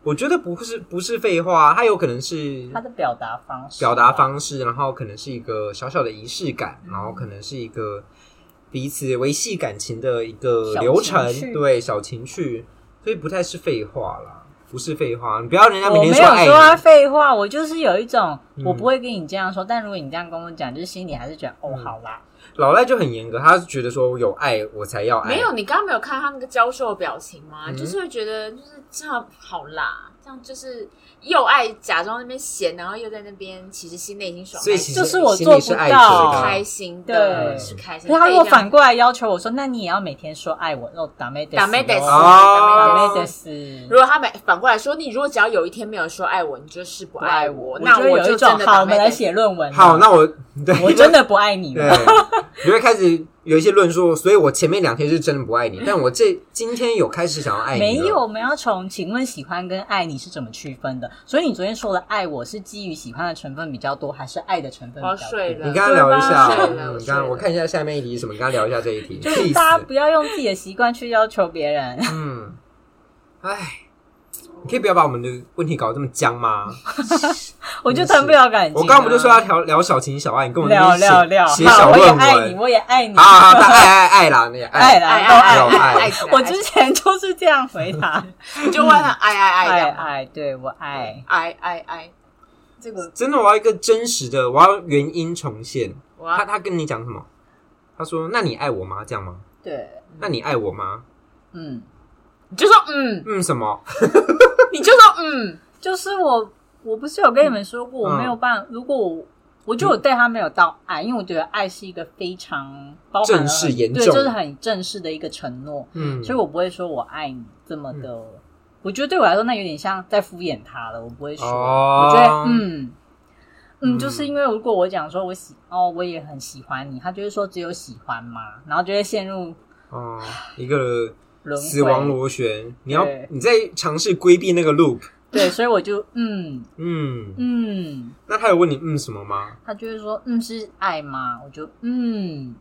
我觉得不是不是废话，它有可能是他的表达方式， 表达方式，然后可能是一个小小的仪式感，然后可能是一个彼此维系感情的一个流程，对，小情趣，所以不太是废话啦。不是废话，你不要人家每天说爱你。 我没有说他废话，我就是有一种、嗯、我不会跟你这样说，但如果你这样跟我讲，就是心里还是觉得、嗯、哦，好啦。 老赖就很严格，他是觉得说有爱我才要爱。 没有，你刚刚没有看他那个教授的表情吗？嗯、就是会觉得就是这样好啦，这样就是又爱假装那边闲，然后又在那边其实心内已经爽， 所以其实就是我做不到， 是开心的，对，是开心的。 他如果反过来要求我说，那你也要每天说爱我，哦，打妹的， 打妹的， 打妹的是。 如果他反过来说，你如果只要有一天没有说爱我，你就是不爱我，那我就真的好，我们来写论文。 好，那我对我真的不爱你了。 你会开始有一些论述，所以我前面两天是真的不爱你，但我这今天有开始想要爱你了。 没有，我们要从请问喜欢跟爱你是怎么区分的？所以你昨天说的爱我是基于喜欢的成分比较多，还是爱的成分比较多？ 睡了， 你刚刚聊一下， 嗯、 你刚刚我看一下下面一题是什么，你刚刚聊一下这一题， 就是大家不要用自己的习惯去要求别人。 嗯，哎。你可以不要把我们的问题搞得这么僵吗？ 我就谈不了感情、啊。 我刚刚不就说要聊聊小情小爱，你跟我聊聊聊， 写小论文， 我也爱你，我也爱你。 好好好，爱爱爱啦，你爱啦， 爱爱爱爱。 我之前就是这样回答， 你就问他爱爱爱爱爱，对我爱爱爱爱。这个真的，我要一个真实的，我要原因重现。他他跟你讲什么？他说：“那你爱我吗？”这样吗？ 对。 那你爱我吗？ 嗯。 你就说嗯嗯什么？ 你就说嗯， 就是我，我不是有跟你们说过，嗯、我没有办法。如果我，我觉得我对他没有到爱，嗯、因为我觉得爱是一个非常包含正式严重， 对，就是很正式的一个承诺。嗯，所以我不会说我爱你这么的。嗯、我觉得对我来说，那有点像在敷衍他了。我不会说，哦、我觉得嗯嗯，就是因为如果我讲说我喜哦，我也很喜欢你，他就会说只有喜欢吗？然后就会陷入哦一个。死亡螺旋，你要你在尝试规避那个 loop， 对，所以我就嗯嗯嗯， 那他有问你嗯什么吗？ 他就会说嗯是爱吗？我就嗯，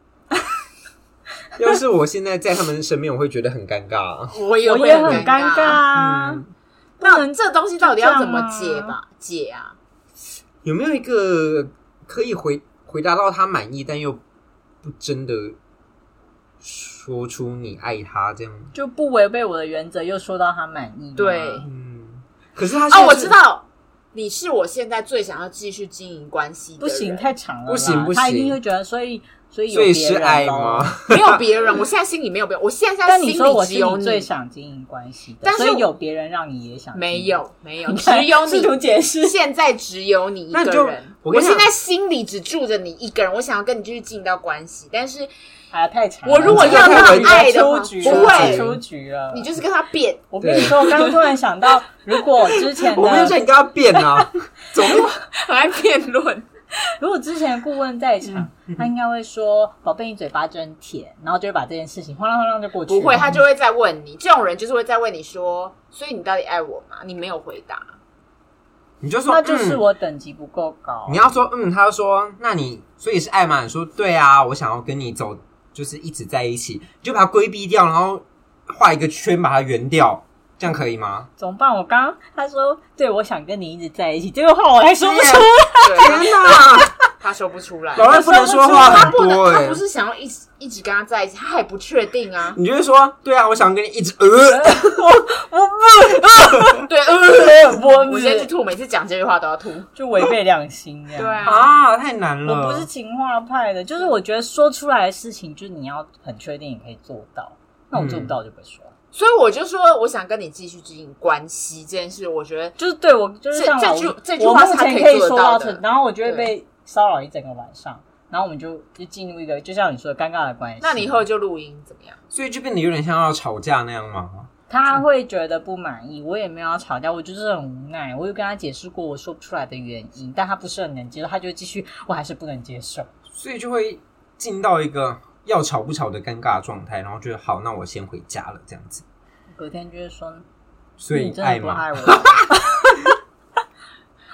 要是我现在在他们身边，我会觉得很尴尬， 我也会很尴尬啊。 嗯、那这东西到底要怎么解吧？解啊？ 有没有一个可以回回答到他满意，但又不真的？说出你爱他，这样就不违背我的原则，又说到他满意。 对， 嗯。可是他哦，我知道，你是我现在最想要继续经营关系的人。 不行，太长了， 不行不行， 他一定会觉得，所以所以有所以是爱吗？ 没有别人，我现在心里没有别人，我现在心里只有你。但你说我是你最想经营关系的，但是所以有别人让你也想经营。 没有没有，只有你。 试图解释， 现在只有你一个人。我, 我现在心里只住着你一个人，我想要跟你继续进到关系，但是。 啊，太长了！ 我如果要那么爱的话， 不会出局了。 你就是跟他辩。 我跟你说，我刚刚突然想到，如果之前的我没有说你跟他辩啊，总很爱辩论。 如果之前的顾问在场，嗯、他应该会说：“宝贝，你嘴巴真甜。”然后就会把这件事情哗啦哗啦就过去了。 不会，他就会再问你。这种人就是会再问你说：“所以你到底爱我吗？”你没有回答， 你就说：“ 那就是我等级不够高。 嗯”你要说：“嗯。”他就说：“那你所以是爱吗？”你说：“对啊，我想要跟你走。”就是一直在一起，就把它规避掉，然后画一个圈把它圆掉，这样可以吗？ 怎么办？我刚刚他说对，我想跟你一直在一起，这个话我还说不出来。 天哪， 他说不出来。 老赖不能说话很多、欸， 他不是想要一直一直跟他在一起，他还不确定啊。 你就会说，对啊，我想跟你一直呃， 我我不， 对呃， 我我先去吐，每次讲这句话都要吐， 就违背良心这样。 对啊， 啊，太难了。 我不是情话派的，就是我觉得说出来的事情，就是你要很确定你可以做到。那我做不到就不说。嗯， 所以我就说，我想跟你继续经营关系这件事，我觉得就是对我就是像这句这句话是他可以做得到的。 然后我就会被骚扰一整个晚上，然后我们就就进入一个就像你说的尴尬的关系。 那你以后就录音怎么样？ 所以就变得有点像要吵架那样吗？ 他会觉得不满意，我也没有要吵架，我就是很无奈。我有跟他解释过我说不出来的原因，但他不是很能接受，他就继续，我还是不能接受， 所以就会进到一个要吵不吵的尴尬状态，然后觉得好，那我先回家了，这样子。隔天就会说， 所以你真的不爱我。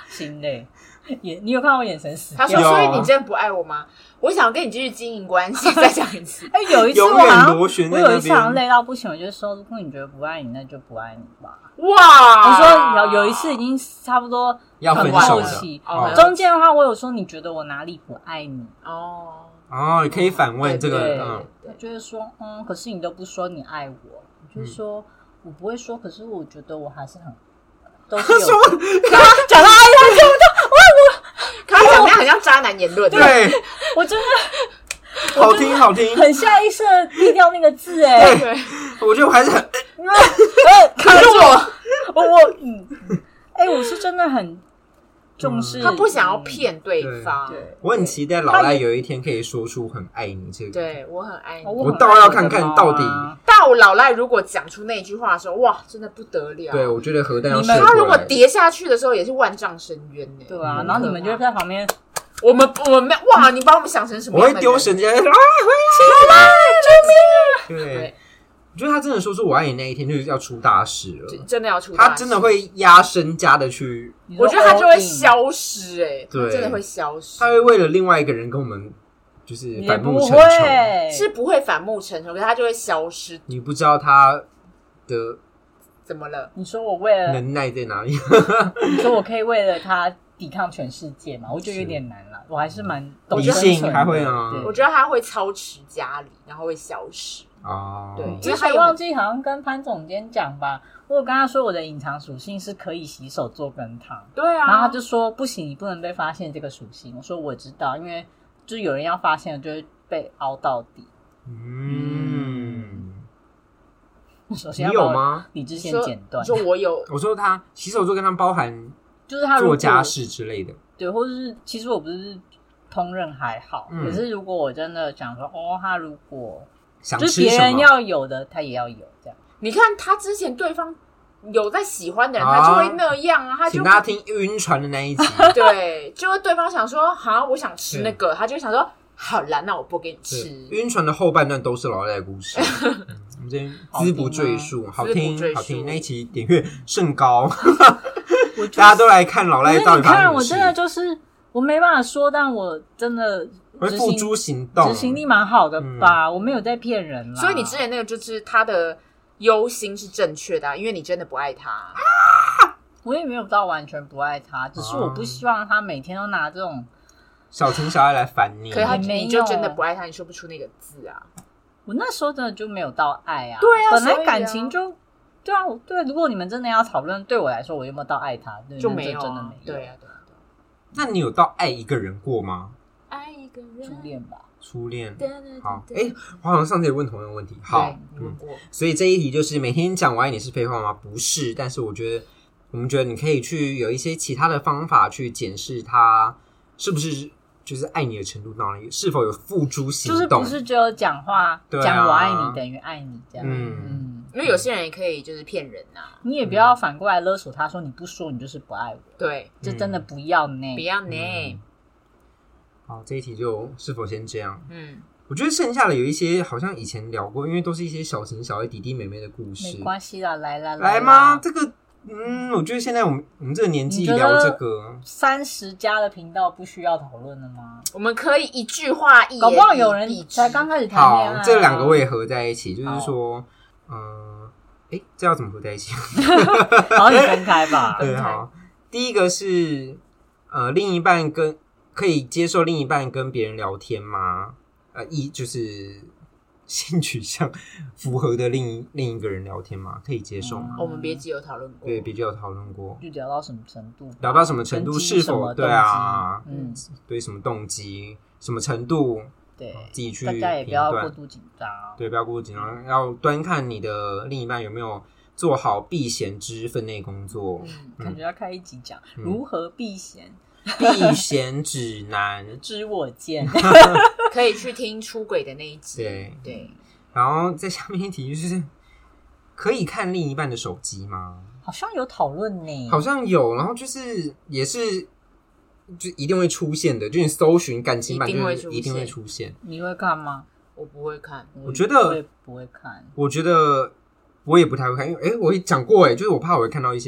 心累。也，你有看我眼神死掉？ 他说：“所以你真的不爱我吗？”我想跟你继续经营关系，再讲一次。 哎、欸，有一次我好像我有一次好像累到不行，我就说：“如果你觉得不爱你，那就不爱你吧。” 哇！ 我说有有一次已经差不多要分手了， 哦、中间的话我有说：“你觉得我哪里不爱你？” 哦哦，你可以反问这个， 对嗯， 就是说，嗯，可是你都不说你爱我，就是说、嗯、我不会说，可是我觉得我还是很都是有讲到爱他听不到，我我。 他讲的很像渣男言论， 对， 我真的好听好听， 很下意识的避掉那个字，哎， 对，我觉得我还是很， 可是我， 我我嗯，哎、欸，我是真的很重视， 他不想要骗对方， 对，我很期待老赖有一天可以说出很爱你这个， 对我很爱你， 我倒要看看到底， 到老赖如果讲出那句话的时候，哇，真的不得了， 对，我觉得核弹要射他如果跌下去的时候也是万丈深渊呢， 对啊，然后你们就在旁边。 我们我们哇！你把我们想成什么？ 我会丢绳子，啊，回来，救命！对，我觉得他真的说出我爱你那一天，就是要出大事了， 真的要出大事， 他真的会压身家的去， 我觉得他就会消失，哎， 对， 真的会消失， 他会为了另外一个人跟我们就是反目成仇， 是不会反目成仇，可是他就会消失。 你不知道他的怎么了？ 你说我为了能耐在哪里？ 你说我可以为了他抵抗全世界嘛？我觉得有点难了，我还是蛮理性，还会啊。 我觉得他会操持家里，然后会消失哦。 对， 之前忘记好像跟潘总监讲吧，我有跟他说我的隐藏属性是可以洗手做羹汤。 对啊， 然后他就说不行，你不能被发现这个属性。我说我知道，因为就是有人要发现了，就会被凹到底。 嗯， 首先你有吗？ 理智线剪断。 说我有， 我说他洗手做羹汤包含。 就是他做家事之类的， 对，或者是其实我不是烹饪还好，嗯、可是如果我真的想说，哦，他如果想就是别人要有的，他也要有这样。 你看他之前对方有在喜欢的人，啊、他就会那样啊。他就请大家听晕船的那一集， 对，就会对方想说，好，我想吃那个，他就想说，好啦，那我不给你吃。 晕船的后半段都是老赖的故事。嗯我们这边资不赘述，好听好听，那一期点阅甚高。大家都来看老赖到底发生什么事。你看， 我真的就是我没办法说，但我真的会付诸行动， 执行力蛮好的吧？嗯、我没有在骗人啦。 所以你之前那个就是他的忧心是正确的、啊，因为你真的不爱他。啊、 我也没有到完全不爱他，只是我不希望他每天都拿这种小情小爱来烦你。 可是他你就真的不爱他，你说不出那个字啊。 我那时候真的就没有到爱啊， 对啊， 本来感情就。对啊，对，如果你们真的要讨论，对我来说，我有没有到爱他， 就没有、啊， 真的没有。 对啊，对啊，对啊。 那你有到爱一个人过吗？ 爱一个人， 初恋吧。 初恋。 对对对。 好，哎，我好像上次也问同样的问题。好， 嗯， 所以这一题就是每天讲我爱你是废话吗？不是，但是我觉得，我们觉得你可以去有一些其他的方法去检视他是不是。就是爱你的程度到哪里，是否有付诸行动？ 就是不是只有讲话讲、啊、我爱你等于爱你这样？ 嗯， 嗯因为有些人也可以就是骗人啊， 你也不要反过来勒索他说你不说你就是不爱我。 对， 这真的不要呢， 不要呢、 嗯。好，这一题就是否先这样？ 嗯， 我觉得剩下的有一些好像以前聊过，因为都是一些小情小爱、弟弟妹妹的故事。 没关系啦，来啦来吗？这个。嗯，我觉得现在我们我们这个年纪聊这个三十加的频道不需要讨论了吗？ 我们可以一句话一言， 搞不好有人才刚开始谈恋爱、啊。 好，这两个我也合在一起，就是说，嗯，哎、欸，这要怎么合在一起？ 好，你分开吧。 对，好。第一个是呃，另一半跟可以接受另一半跟别人聊天吗？呃，一就是。性取向符合的另一另一个人聊天吗？可以接受吗？ 我们别集有讨论过， 对，别集有讨论过， 就聊到什么程度？ 聊到什么程度？是否对啊？ 嗯， 对，什么动机？什么程度？ 对， 自己去大家也不要过度紧张。 对，不要过度紧张，要端看你的另一半有没有做好避嫌之分内工作。 嗯，感觉要开一集讲、嗯、如何避嫌。 避嫌指南， 知我见， 可以去听出轨的那一集。 对对， 然后在下面一题就是可以看另一半的手机吗？ 好像有讨论呢， 好像有，然后就是也是就一定会出现的，就你搜寻感情版就是一定会出现。 你会看吗？ 我不会看， 我觉得不会看， 我觉得我也不太会看，因为哎，我也讲过哎，就是我怕我会看到一些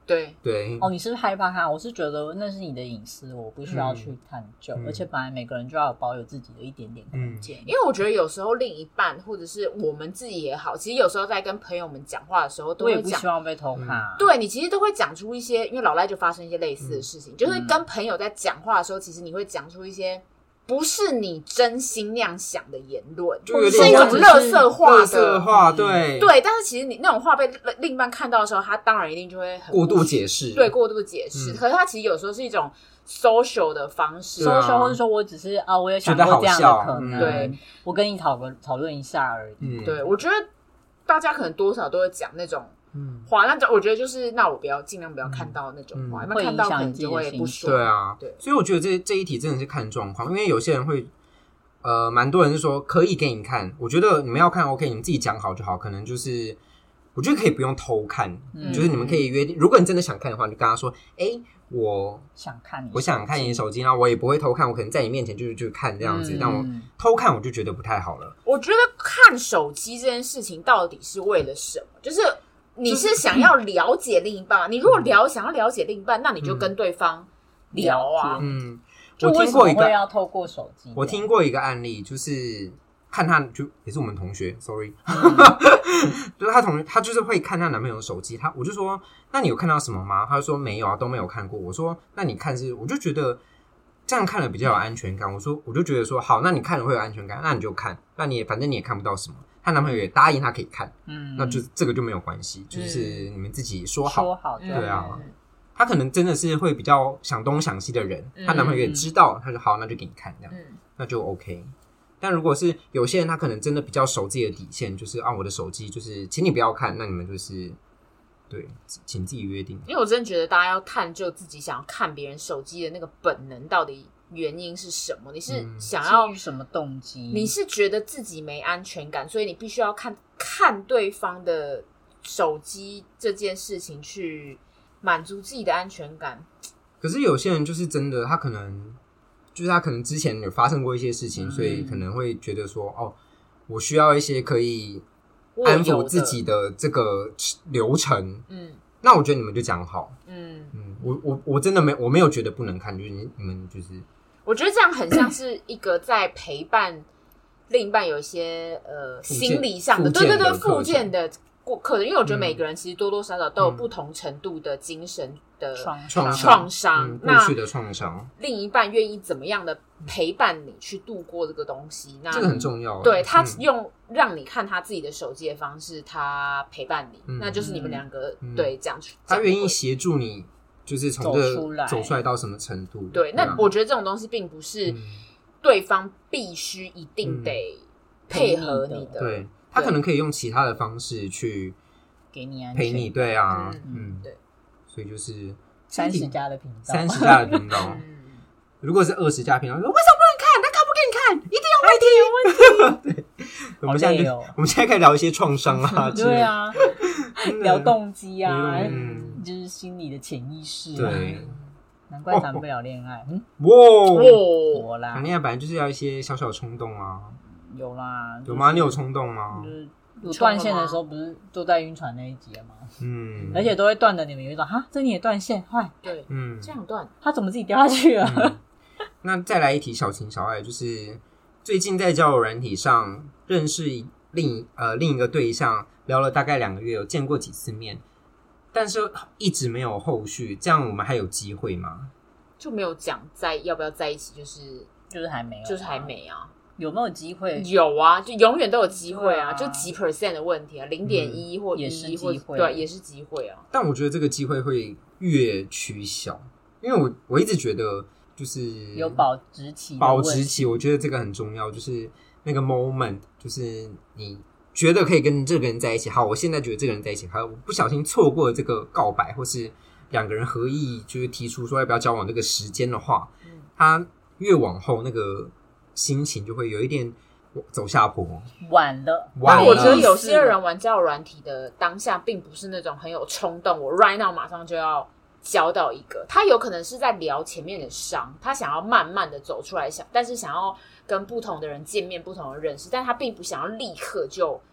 对对哦，你是不是害怕看？我是觉得那是你的隐私，我不需要去探究， 嗯、 而且本来每个人就要有保有自己的一点点空间、嗯。 因为我觉得有时候另一半或者是我们自己也好，其实有时候在跟朋友们讲话的时候，都会讲， 我也不希望被偷看、啊。 对你其实都会讲出一些，因为老赖就发生一些类似的事情，嗯、就是跟朋友在讲话的时候，其实你会讲出一些。不是你真心那样想的言论， 就有点是一种垃圾话的， 垃圾话，对对。但是其实你那种话被另一半看到的时候，他当然一定就会很过度解释， 对，过度解释。嗯、可是他其实有时候是一种 social 的方式 ，social、啊、或者说我只是啊，我有想过这样的可能， 对， 我跟你讨论讨论一下而已。 嗯、对，我觉得大家可能多少都会讲那种。嗯，话那我觉得就是那我不要尽量不要看到那种话，因为、嗯、看到可能就会不爽。 对啊，对，所以我觉得这这一题真的是看状况，因为有些人会，呃，蛮多人是说可以给你看，我觉得你们要看 OK， 你们自己讲好就好，可能就是我觉得可以不用偷看，嗯、就是你们可以约定，如果你真的想看的话，你就跟他说，哎、欸，我想看你， 我想看你的手机，然后我也不会偷看，我可能在你面前就是就看这样子，嗯、但我偷看我就觉得不太好了。 我觉得看手机这件事情到底是为了什么？就是。你是想要了解另一半吗？你如果了想要了解另一半，那你就跟对方聊啊。 嗯， 就为什么会要透过手机？ 我听过一个案例，就是看他就也是我们同学 ，sorry，、嗯、就是他同学，他就是会看他男朋友的手机。他我就说，那你有看到什么吗？他就说没有啊，都没有看过。我说，那你看是，我就觉得这样看了比较有安全感。我说，我就觉得说，好，那你看了会有安全感，那你就看，那你也反正你也看不到什么。她男朋友也答应她可以看，嗯，那就这个就没有关系，就是你们自己说好， 说好， 对啊。她可能真的是会比较想东想西的人，她、嗯、男朋友也知道，她就好，那就给你看这样，嗯、那就 OK。但如果是有些人，他可能真的比较守自己的底线，就是啊，我的手机就是请你不要看，那你们就是对，请自己约定。 因为我真的觉得大家要探究自己想要看别人手机的那个本能到底。原因是什么？你是想要基于什么动机？ 你是觉得自己没安全感，所以你必须要看看对方的手机这件事情去满足自己的安全感。 可是有些人就是真的，他可能就是他可能之前有发生过一些事情，嗯、所以可能会觉得说，哦，我需要一些可以安抚自己的这个流程。嗯，那我觉得你们就讲好。嗯嗯，我我我真的没我没有觉得不能看，就是你你们就是。 我觉得这样很像是一个在陪伴另一半有一些呃心理上的，对对对，附件的课程，因为我觉得每个人其实多多少少都有不同程度的精神的创创伤， 过去的创伤， 另一半愿意怎么样的陪伴你去度过这个东西，那这个很重要。 对他用让你看他自己的手机的方式，他陪伴你，嗯、那就是你们两个、嗯、对这样， 他愿意协助你。就是从这走出来到什么程度？ 对，对啊、那我觉得这种东西并不是对方必须一定得配合你的， 嗯、对他可能可以用其他的方式去给你安全陪你，对啊， 嗯，嗯对， 所以就是三十加的频道， 三十加的频道，如果是二十加频道，为什么不能看？他看不给你看，一定有问题，有问题。对，我们现在就、哦、我们现在可以聊一些创伤啊， 对啊，聊动机啊。嗯就是心里的潜意识、啊， 对， 难怪谈不了恋爱。嗯， 哇， 我啦， 谈恋爱本来就是要一些小小的冲动啊。 有啦， 有吗？你有冲动吗？ 就是有断线的时候，不是都在晕船那一集了吗？嗯，而且都会断的，你们有一种哈，这你也断线，坏， 对，嗯，这样断， 他怎么自己掉下去了？嗯、 那再来一题小情小爱，就是最近在交友软体上认识另呃另一个对象，聊了大概两个月，有见过几次面。但是一直没有后续，这样我们还有机会吗？ 就没有讲在要不要在一起，就是就是还没有、啊， 就是还没啊。 有没有机会？ 有啊，就永远都有机会啊，啊就几 percent 的问题啊，零点一或一也是机会， 对，也是机会啊。 但我觉得这个机会会越趋小，因为我我一直觉得就是有保质期， 保质期，我觉得这个很重要，就是那个 moment， 就是你。觉得可以跟这个人在一起，好，我现在觉得这个人在一起，好，我不小心错过了这个告白，或是两个人合意就是提出说要不要交往这个时间的话，嗯、他越往后那个心情就会有一点走下坡， 晚了。 但我觉得有些人玩交友软体的当下，并不是那种很有冲动，我 right now 马上就要交到一个，他有可能是在聊前面的伤，他想要慢慢的走出来，想，但是想要跟不同的人见面，不同的认识，但他并不想要立刻就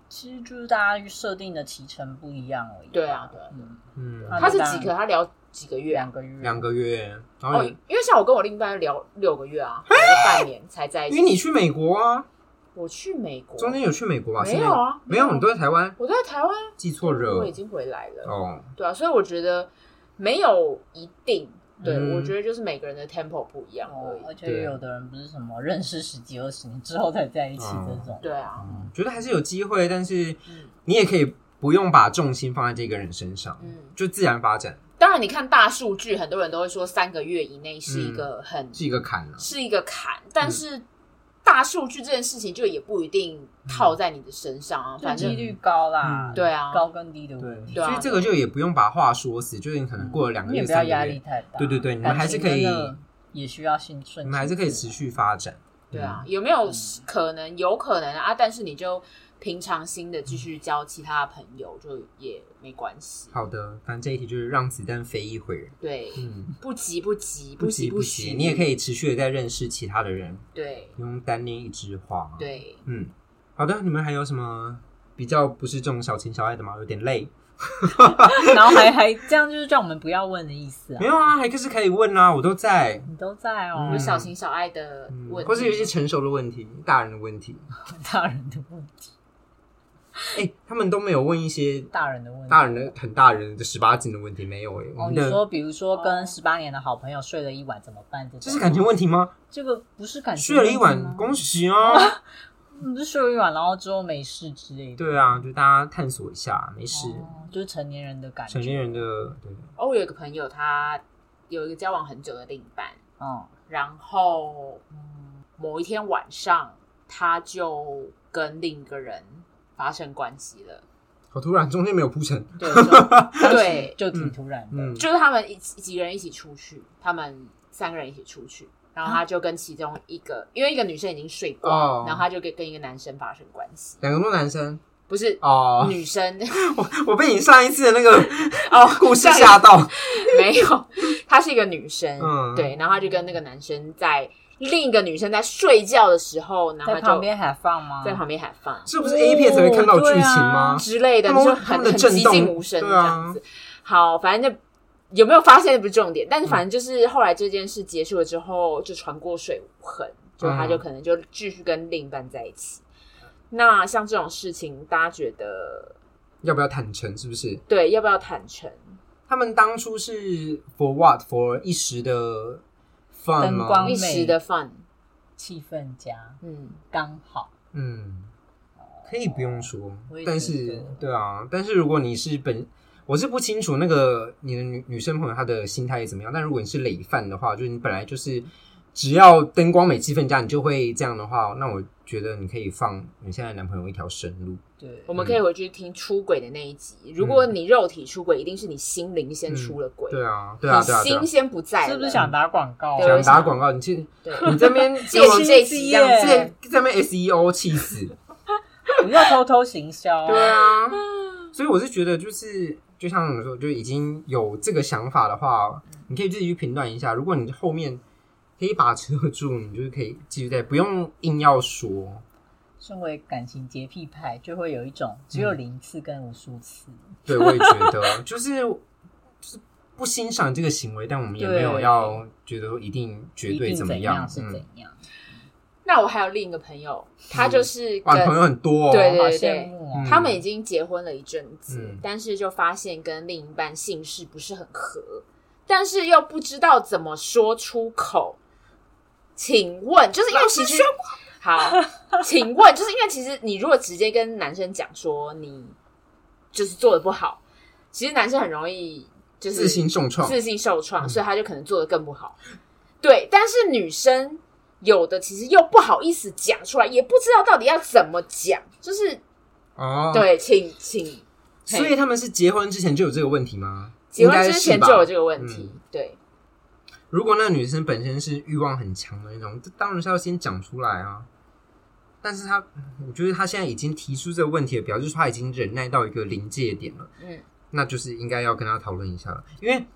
其实就是大家设定的期程不一样而已。 对啊，对啊， 嗯嗯， 他是几个？他聊几个月？ 两个月， 两个月，然后、 哦，因为像我跟我另一半聊六个月啊，聊了半年才在一起。 因为你去美国啊， 我去美国， 中间有去美国吧？ 没有啊， 没有，你都在台湾。 我都在台湾， 记错了， 我已经回来了。 哦， 对啊，所以我觉得没有一定。对， 嗯、 我觉得就是每个人的 tempo 不一样而已。 哦、而且有的人不是什么认识十几二十年之后才在一起这种。 哦、对啊、 嗯，觉得还是有机会，但是你也可以不用把重心放在这个人身上，嗯，就自然发展。 当然，你看大数据，很多人都会说三个月以内是一个很、 嗯、是一个坎、啊， 是一个坎，但是。大数据这件事情就也不一定套在你的身上啊，反正几率高啦， 嗯、 对啊， 高跟低的问题， 对，所以这个就也不用把话说死，就是你可能过了两个月、 嗯、 三个月， 也不要压力太大， 对对对，你们还是可以， 也需要顺顺， 你们还是可以持续发展， 对啊，有没有可能？有可能啊，但是你就平常心的继续交其他的朋友，就也没关系。 好的，反正这一题就是让子弹飞一会儿， 对， 嗯， 不急不急， 不急不急，你也可以持续的在认识其他的人， 对， 不用单恋一枝花， 对， 嗯，好的，你们还有什么比较不是这种小情小爱的吗？有点累， 然后还还这样就是叫我们不要问的意思啊？ 没有啊，还是可以问啊，我都在， 你都在哦， 有小情小爱的问题， 嗯、或是有一些成熟的问题，大人的问题， 大人的问题。 哎、欸，他们都没有问一些大人的问题， 大人的很大人的十八禁的问题，没有哎、欸。 哦，你说比如说跟十八年的好朋友睡了一晚怎么办？这这是感情问题吗？ 这个不是感情睡了一晚，恭喜哦！ 不是睡了一晚，然后之后没事之类的。 对啊，就大家探索一下，没事。 哦、就是成年人的感觉， 成年人的对。 哦，我有一个朋友，他有一个交往很久的另一半， 嗯， 然后、嗯、某一天晚上，他就跟另一个人发生关系了， 好突然，中间没有铺陈， 对，对， 就挺突然的。 嗯、就是他们一几个人一起出去，他们三个人一起出去，然后他就跟其中一个，因为一个女生已经睡光，哦、然后他就跟跟一个男生发生关系。 两个都男生， 不是哦， 女生。 我我被你上一次的那个哦故事吓到， 没有，她是一个女生， 嗯， 对，然后他就跟那个男生在。另一个女生在睡觉的时候，然后在旁边海放吗？ 在旁边海放， 这不是 A 片才会看到剧情吗？ 哦啊、之类的，就很很寂静无声这样子。 啊、 好，反正就有没有发现不是重点，但是反正就是后来这件事结束了之后，就传过水无痕，就他就可能就继续跟另一半在一起。嗯、那像这种事情，大家觉得要不要坦诚？是不是？ 对，要不要坦诚？ 他们当初是 for what for 一时的。 灯光一时的 fun， 气氛佳， 嗯， 刚好， 嗯，可以不用说， 哦、 但是对啊，但是如果你是本，我是不清楚那个你的女女生朋友她的心态怎么样，但如果你是累犯的话，就是你本来就是只要灯光美气氛佳，你就会这样的话，那我觉得你可以放你现在的男朋友一条生路。 对， 我们可以回去听出轨的那一集。嗯、如果你肉体出轨，一定是你心灵先出了轨、 嗯。对啊，对啊，对啊， 你心先不在了， 是不是想打广告？ 想打广告，你去，你这边借我这一集这样子， 这这边 S E O 气死， 不要偷偷行销。 对啊，所以我是觉得，就是就像我们说，就已经有这个想法的话，你可以自己去评断一下。如果你后面可以把持得住，你就是可以继续在，不用硬要说。 身为感情洁癖派，就会有一种只有零次跟无数次。 嗯、对，我也觉得，就是就是不欣赏这个行为，但我们也没有要觉得说一定绝对怎么样， 是怎样。 嗯、那我还有另一个朋友，他就是跟、 嗯、朋友很多、哦， 对对对对、哦， 他们已经结婚了一阵子、 嗯， 但是就发现跟另一半姓氏不是很合，但是又不知道怎么说出口。请问，就是因为其实好，请问，就是因为其实你如果直接跟男生讲说你就是做的不好，其实男生很容易就是自信受创， 自信受创、嗯，所以他就可能做的更不好。对，但是女生有的其实又不好意思讲出来，也不知道到底要怎么讲，就是哦， 对，请请， 所以他们是结婚之前就有这个问题吗？ 结婚之前就有这个问题，嗯、对。 如果那个女生本身是欲望很强的那种，当然是要先讲出来啊。但是她，我觉得她现在已经提出这个问题了，表示说她已经忍耐到一个临界点了。嗯，那就是应该要跟她讨论一下了。因为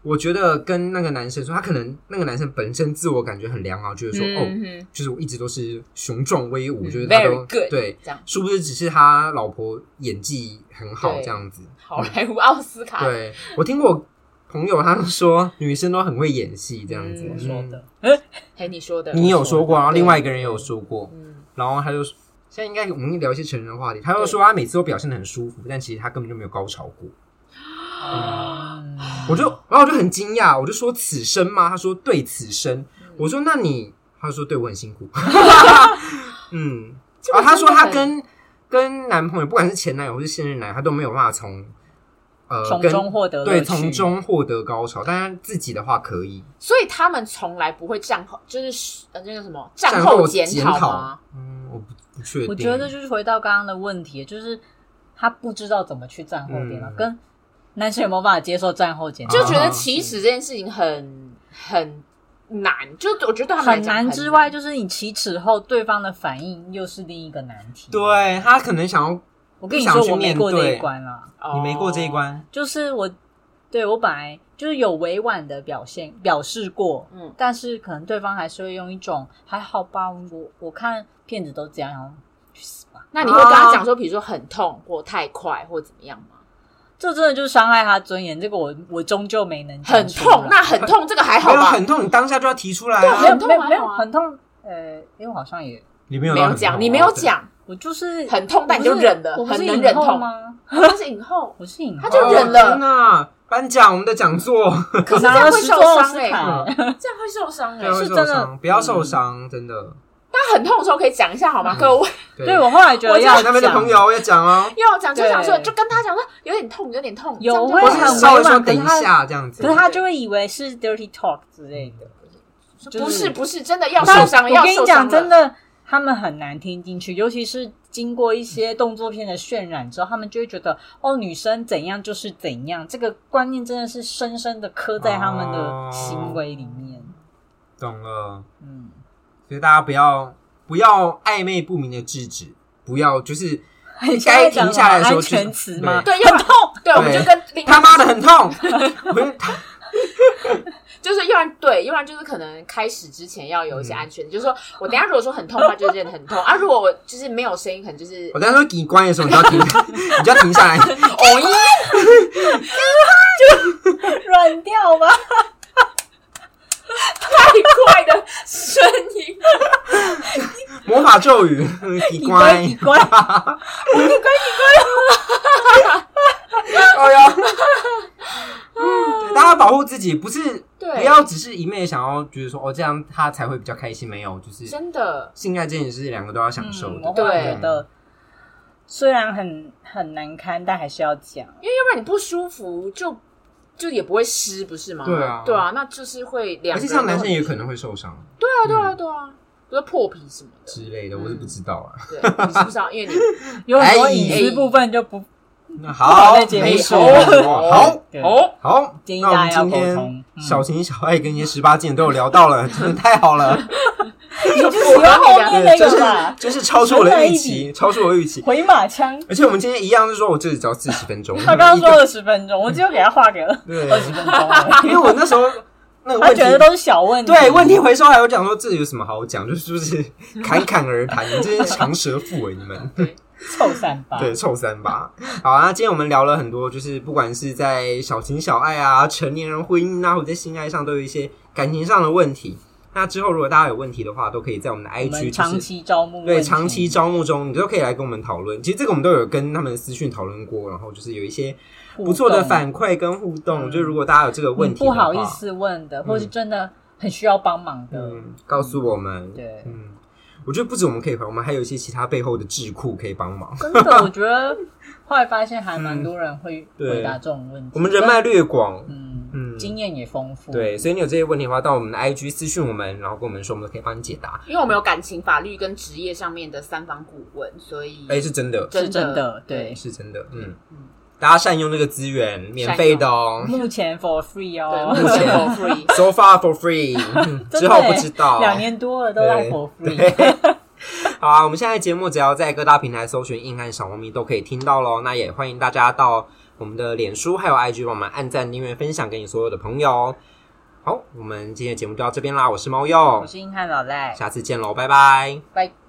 我觉得跟那个男生说，他可能那个男生本身自我感觉很良好，觉得说、嗯、哦，就是我一直都是雄壮威武，嗯、觉得他都 very good, 对，殊不知只是他老婆演技很好这样子。 好莱坞奥斯卡， 对我听过朋友他说女生都很会演戏这样子、 嗯、说的， 嗯，嘿，你说的， 你有说过，然后另外一个人也有说过， 嗯， 然后他就现在应该我们聊一些成人的话题，他就说他每次都表现得很舒服，但其实他根本就没有高潮过。嗯，我就然后我就很惊讶，我就说此生吗？他说对，此生。嗯、我说那你，他说对我很辛苦。嗯，然后他说他跟跟男朋友，不管是前男友或是现任男友，他都没有办法从。呃， 从中获得对，从中获得高潮，但是自己的话可以， 所以他们从来不会战后，就是呃那个什么战后检讨吗？ 嗯，我不不确定。 我觉得就是回到刚刚的问题，就是他不知道怎么去战后检讨，嗯、跟男生有没有办法接受战后检讨， 就觉得起始这件事情很很难，就我觉得他们很难之外，就是你起始后对方的反应又是另一个难题。 对，他可能想要。 我跟你说，我没过这一关啦。 你没过这一关， 就是我，对我本来就是有委婉的表现表示过，嗯，但是可能对方还是会用一种还好吧，我我看骗子都这样，然后去死吧。 那你会跟他讲说，比如说很痛或太快或怎么样吗？ 这真的就是伤害他尊严，这个我我终究没能讲很痛，那很痛这个还好吧？ 没有很痛，你当下就要提出来啊。 对，很痛没有没有很痛，呃，因为我好像也你没有没有讲，你没有讲。 我就是很痛，但你就忍了， 我不是很能忍痛吗？ 他是影后， 我是影后， 他就忍了。 天哪！颁奖我们的讲座， 可是这样会受伤哎、欸，这样会受伤哎、欸， 是真的，不要受伤，真的。 但很痛的时候可以讲一下好吗，各位？ 对，我后来觉得要那边的朋友要讲哦， 要讲就讲说，就跟他讲说有点痛，有点痛， 有会很稍微说等一下这样子， 可是他就会以为是 dirty talk 之类的， 不是不是真的要受伤，要受伤了。 我跟你讲，真的。他们很难听进去，尤其是经过一些动作片的渲染之后，他们就会觉得哦，女生怎样就是怎样，这个观念真的是深深的刻在他们的行为里面。哦、 懂了，嗯，所以大家不要不要暧昧不明的制止，不要就是该停下来的时候、就是， 安全词吗？ 对，很痛，对，我们就跟他妈的很痛。 就是要不然对，要不然就是可能开始之前要有一些安全的、嗯、就是说我等一下如果说很痛的话，就真的很痛啊。如果我就是没有声音，可能就是我等一下说给关的时候，你就要停，你就要停下来， 哦耶， 就软掉吧， 太快的声音， 魔法咒语，给关， 给关，给关，给关， 哎呀。嗯，大家保护自己，不是不要只是一昧的想要觉得说哦这样他才会比较开心，没有，就是真的性爱这件事两个都要享受的。 嗯、我会觉得虽然很很难堪，但还是要讲， 因为要不然你不舒服就就也不会湿，不是吗？ 对啊， 对啊，那就是会两个人，而且像男生也可能会受伤。 对啊，对啊，对啊。比如说破皮什么的之类的，我是不知道啊。 对，你知不知道？因为你有很多隐私部分就不。 那好， 在节目说好，好，好， 建议大家要沟通。 小情小爱跟一些十八禁都有聊到了，真的太好了。 你就喜欢后面那个吧， 就是超出我的预期，超出我的预期。 回马枪， 而且我们今天一样是说，我这里只要四十分钟。 他刚刚说了十分钟，我只有给他画个二十分钟， 因为我那时候那个问题，他觉得都是小问题。 对，问题回收还有讲说这有什么好讲，就是就是侃侃而谈，你们这些长舌妇哎，你们。 臭三八， 对，臭三八。好啊，今天我们聊了很多，就是不管是在小情小爱啊、成年人婚姻啊，或者在性爱上，都有一些感情上的问题。那之后如果大家有问题的话，都可以在我们的 I G 长期招募， 对，长期招募中，你都可以来跟我们讨论。其实这个我们都有跟他们私讯讨论过，然后就是有一些不错的反馈跟互动。就是如果大家有这个问题的话， 不好意思问的，或是真的很需要帮忙的， 嗯，告诉我们。 对， 嗯。我觉得不止我们可以回，我们还有一些其他背后的智库可以帮忙。 真的，我觉得后来发现还蛮多人会回答这种问题。 我们人脉略广， 嗯嗯，经验也丰富。 对，所以你有这些问题的话，到我们的 I G 私讯我们，然后跟我们说，我们都可以帮你解答。 因为我们有感情、法律跟职业上面的三方顾问，所以哎、欸，是真的， 是真的，对， 是真的，嗯。嗯，大家善用这个资源，免费的哦。 目前 for free 哦，对，目前 for free，so far for free， 之后不知道， 两年多了都在 for free。 好啊，我们现在节目只要在各大平台搜寻硬汉小猫咪都可以听到咯。那也欢迎大家到我们的脸书还有 I G 帮我们按赞、订阅、分享给你所有的朋友。好，我们今天的节目就到这边啦，我是猫鼬， 我是硬汉老赖， 下次见喽，拜拜， 拜。